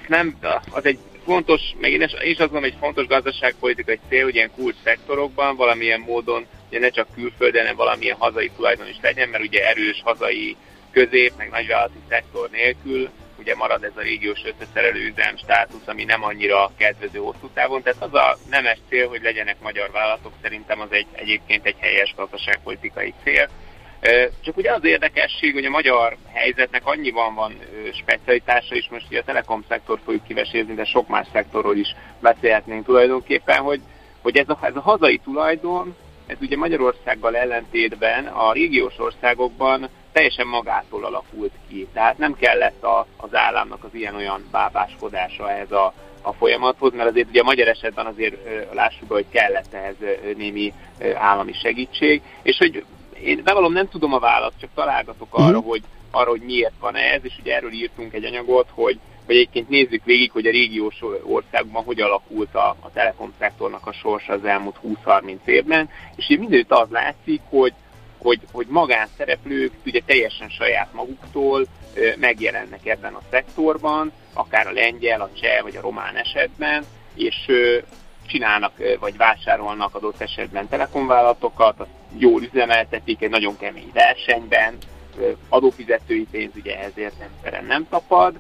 egy fontos, meg én is azt gondolom, egy fontos gazdaságpolitikai cél, hogy ilyen kulcs szektorokban valamilyen módon ugye ne csak külföldön, hanem valamilyen hazai tulajdon is legyen, mert ugye erős hazai közép, meg nagyvállalati szektor nélkül ugye marad ez a régiós összeszerelő üzem státusz, ami nem annyira kedvező hosszú távon. Tehát az a nemes cél, hogy legyenek magyar vállalatok, szerintem az egyébként egy helyes gazdaságpolitikai cél. Csak ugye az érdekesség, hogy a magyar helyzetnek annyiban van specialitása is, most ugye a telekom szektor fogjuk kivesézni, de sok más szektorról is beszélhetnénk tulajdonképpen, hogy ez a hazai tulajdon, ez ugye Magyarországgal ellentétben a régiós országokban teljesen magától alakult ki. Tehát nem kellett az államnak az ilyen-olyan bábáskodása ehhez a folyamathoz, mert azért ugye a magyar esetben azért lássuk be, hogy kellett ehhez némi állami segítség, és hogy én bevallom, nem tudom a választ, csak találgatok arra, hogy miért van ez, és ugye erről írtunk egy anyagot, hogy egyébként nézzük végig, hogy a régiós országban hogy alakult a telekom szektornak a sorsa az elmúlt 20-30 évben, és így mindenütt az látszik, hogy magánszereplők ugye teljesen saját maguktól megjelennek ebben a szektorban, akár a lengyel, a cseh vagy a román esetben, és csinálnak vagy vásárolnak adott esetben telekomvállalatokat, azt jól üzemeltetik egy nagyon kemény versenyben, adófizetői pénz ugye ezért rendszeren nem tapad,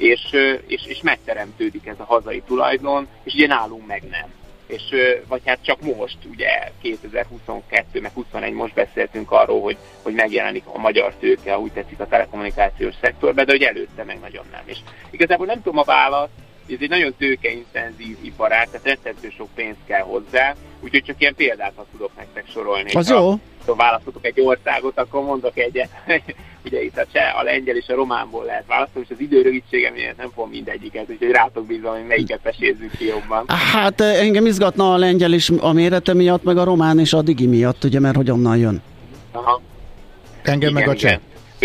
és megteremtődik ez a hazai tulajdon, és ugye nálunk meg nem. És vagy hát csak most, ugye 2022, meg 2021 most beszéltünk arról, hogy megjelenik a magyar tőke, úgy tetszik a telekommunikációs szektorban, de hogy előtte meg nagyon nem. És igazából nem tudom a választ, ez egy nagyon tőkeintenzív iparág, tehát rettentő sok pénz kell hozzá, úgyhogy csak ilyen példákat tudok nektek sorolni. Az jó. Ha választotok egy országot, akkor mondok egyet. Ugye itt a cseh, a lengyel és a románból lehet választani, és az időrövidségem miért nem fogom mindegyiket, úgyhogy rátok bízom, hogy melyiket pesézzük ki jobban. Hát engem izgatna a lengyel is a mérete miatt, meg a román és a Digi miatt, ugye, mert hogy onnan jön. Aha. Engem meg a cseh.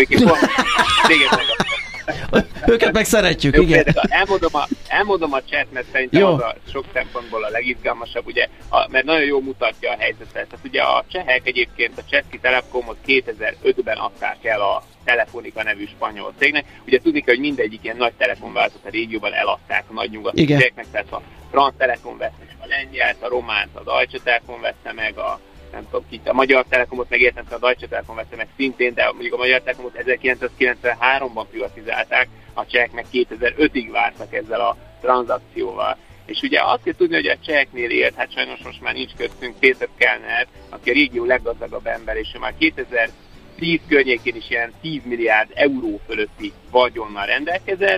Őket meg szeretjük, jó, igen. Elmondom a chat, mert szerintem az a sok szempontból a legizgalmasabb, ugye, mert nagyon jól mutatja a helyzetet. Tehát ugye a csehek egyébként a Český Telekomot 2005-ben adták el a Telefonica nevű spanyol cégnek. Ugye tudni kell, hogy mindegyik ilyen nagy telekomvállalatot a régióban eladták a nagy nyugati cégeknek, tehát a France Telekom vette meg a lengyelt, a románt, a Deutsche Telekom vette meg, nem tudom ki, a Magyar Telekomot megértem, a Deutsche Telekom vette meg szintén, de mondjuk a Magyar Telekomot 1993-ban privatizálták, a csehek meg 2005-ig vártak ezzel a tranzakcióval. És ugye azt kell tudni, hogy a cseheknél élt, hát sajnos most már nincs köztünk, Péter Kellner, aki a régió leggazdagabb ember, és ő már 2010 környékén is ilyen 10 milliárd euró fölötti vagyonnal rendelkezett,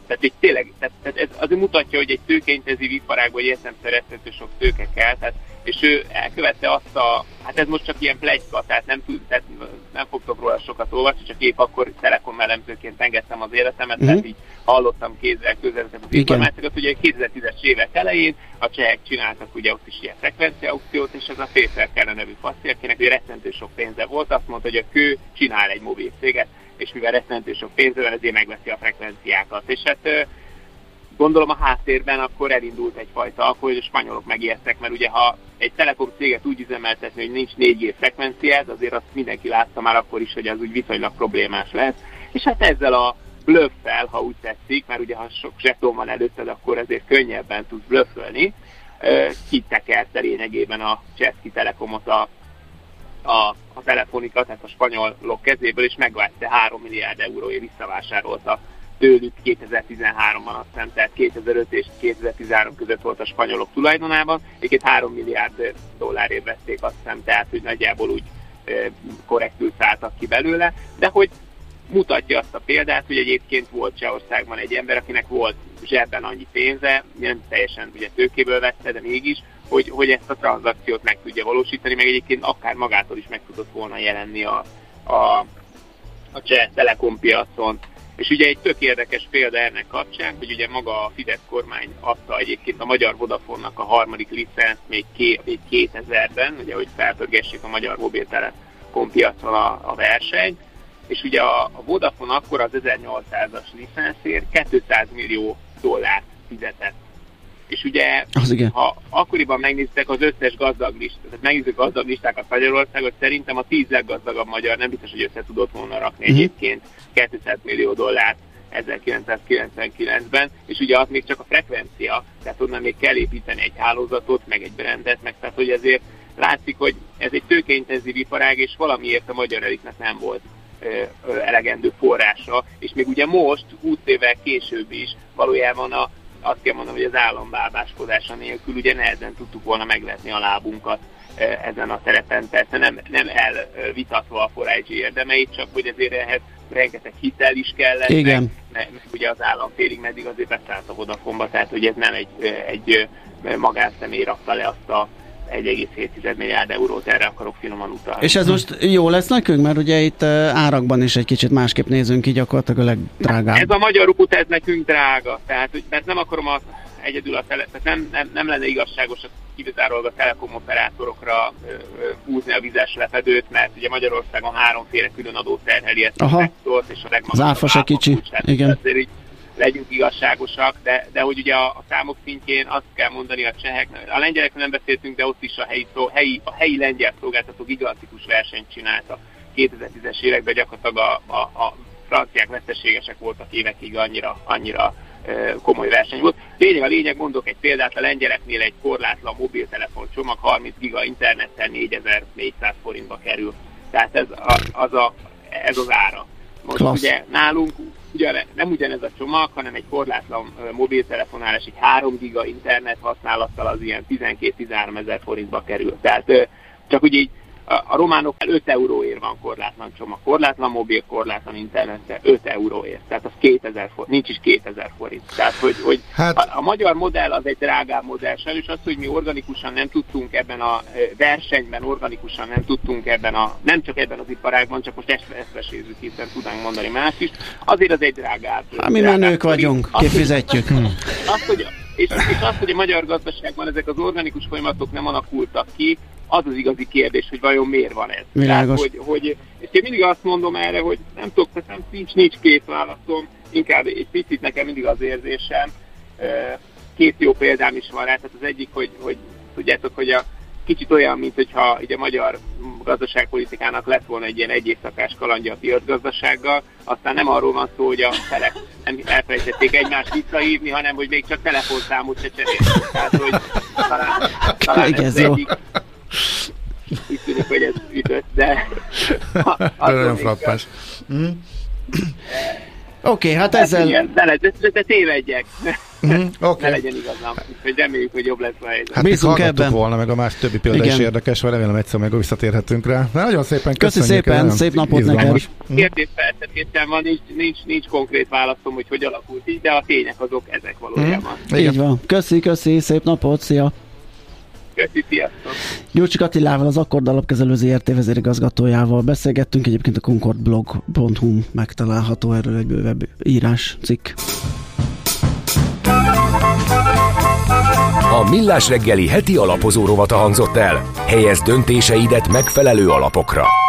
Tehát így tényleg, tehát ez azért mutatja, hogy egy tőkeintenzív iparágban értelemszerűen rettentő sok tőke kell, tehát, és ő elkövette azt hát ez most csak ilyen pletyka, tehát nem fogtok róla sokat olvasni, csak épp akkor Telekom elemzőként engedtem az életemet, tehát így hallottam kézzel közvetlenül az információkat. Ugye 2010-es évek elején a csehek csináltak ugye ott is ilyen frekvencia aukciót, és ez a Faircell nevű faszi, akinek ugye rettentő sok pénze volt, azt mondta, hogy a kő csinál egy mobil céget, és mivel rettentő sok pénze van, ezért megveszi a frekvenciákat. És hát gondolom a háttérben akkor elindult egyfajta, hogy a spanyolok megijedtek, mert ugye ha egy Telekom céget úgy üzemeltetni, hogy nincs 4G frekvenciád, azért azt mindenki látta már akkor is, hogy az úgy viszonylag problémás lesz. És hát ezzel a blöffel, ha úgy tetszik, mert ugye ha sok zseton van előtted, akkor ezért könnyebben tudsz blöffölni, kitekelte lényegében a Český Telekomot a Telefonica, tehát a spanyolok kezéből, és megvette 3 milliárd euróért visszavásárolta tőlük 2013-ban, azt hiszem, tehát 2005 és 2013 között volt a spanyolok tulajdonában, egyébként 3 milliárd dollárért vették, azt hiszem, tehát hogy nagyjából úgy korrektül szálltak ki belőle, de hogy mutatja azt a példát, hogy egyébként volt Csehországban egy ember, akinek volt zsebben annyi pénze, nem teljesen ugye tőkéből vette, de mégis, hogy ezt a tranzakciót meg tudja valósítani, meg egyébként akár magától is meg tudott volna jelenni a Cseh Telekom piacon. És ugye egy tök érdekes példa ennek kapcsán, hogy ugye maga a Fidesz kormány adta egyébként a magyar Vodafone-nak a harmadik licenzt még 2000-ben, ugye, hogy felpörgessék a magyar mobiltelekom piacon a versenyt, és ugye a Vodafone akkor az 1800-as licenszért $200 millió fizetett. És ugye, ha akkoriban megnéztek az összes gazdag listát, tehát megnézzük gazdag listákat Magyarországot, szerintem a 10 leggazdagabb magyar nem biztos, hogy össze tudott volna rakni egyébként $200 millió 1999-ben, és ugye az még csak a frekvencia, tehát onnan még kell építeni egy hálózatot, meg egy brandet, meg tehát hogy ezért látszik, hogy ez egy tőkeintenzív iparág, és valamiért a magyar elitnek nem volt elegendő forrása, és még ugye most, 20 évvel később is valójában azt kell mondanom, hogy az állam bábáskodása nélkül ugye nehezen tudtuk volna megvetni a lábunkat ezen a terepen. Persze nem elvitatva a 4G érdemeit, csak hogy ezért ehhez rengeteg hitel is kellett, meg ugye az állam félig meddig azért beszállt a Vodafone-ba, tehát hogy ez nem egy magánszemély rakta le azt a 1,7 milliárd eurót, erre akarok finoman utalni. És ez most jó lesz nekünk, mert ugye itt árakban is egy kicsit másképp nézünk ki, gyakorlatilag a legdrágább. Ez a magyar út, ez nekünk drága, tehát mert nem akarom egyedül tehát nem lenne igazságos kizárólag a telekom operátorokra húzni a vizes lepedőt, mert ugye Magyarországon 3 külön adó terheli ezt a szektort, és a legmagasabb az áfa se kicsi, igen. Azért így legyünk igazságosak, de hogy ugye a számok szintjén azt kell mondani a cseheknek, a lengyelekről nem beszéltünk, de ott is a helyi lengyel szolgáltató gigantikus versenyt csinálta 2010-es években, gyakorlatilag a franciák veszteségesek voltak évekig, annyira komoly verseny volt. Lényeg, mondok egy példát, a lengyeleknél egy korlátlan mobiltelefon csomag 30 giga internettel 4400 forintba kerül. Tehát ez az ára. Most ugye nálunk nem ugyanez a csomag, hanem egy korlátlan mobiltelefonálás, egy 3 giga internet használattal az ilyen 12-13 ezer forintba kerül. Tehát csak ugye így a románok 5 euróért van korlátlan csomag, korlátlan mobil, korlátlan internettel 5 euróért. Tehát az 2000 forint, nincs is 2000 forint. Tehát, hogy a magyar modell az egy drágább modell. Sajnos az, hogy mi organikusan nem tudtunk ebben a versenyben, nem csak ebben az iparágban, csak most ezt vesézzük, hiszen tudnánk mondani más is, azért az egy drágább. Mi már nők vagyunk, kifizetjük. És azt, hogy a magyar gazdaságban ezek az organikus folyamatok nem alakultak ki, az az igazi kérdés, hogy vajon miért van ez. Világos. Tehát, és én mindig azt mondom erre, hogy nem tudok, tehát nincs két válaszom, inkább egy picit nekem mindig az érzésem. 2 jó példám is van rá, tehát az egyik, hogy tudjátok, hogy kicsit olyan, mint hogyha a magyar gazdaságpolitikának lett volna egy ilyen egyészakás kalandja a piacgazdasággal, aztán nem arról van szó, hogy a felek nem elfelejtették egymást visszahívni, hanem hogy még csak telefonszámot se cseréltek. Tehát, hogy talán ez egyik. Úgy tűnik, hogy ez ütött, de... Nagyon frappás. Oké, hát ezzel... Igen, de tévedjek. ne legyen igazam. Úgyhogy reméljük, hogy jobb lesz a helyzet. Hát bízunk ebben. Volna, meg a más többi példa is érdekes, vagy remélem egyszer meg visszatérhetünk rá. De nagyon szépen köszönjük. Szépen, szép napot neked. Kérdés feltetésem van, nincs konkrét válaszom, hogy alakult így, de a tények azok ezek valójában. Így van. Köszi, szép napot, szia! Köszi, sziasztok! Gyurcsik Attilával, az Akkord Alapkezelő ZRT vezérigazgatójával beszélgettünk, egyébként a concordblog.hu megtalálható erről egy bővebb írás, cikk. A Millás reggeli heti alapozó rovata hangzott el. Helyezd döntéseidet megfelelő alapokra.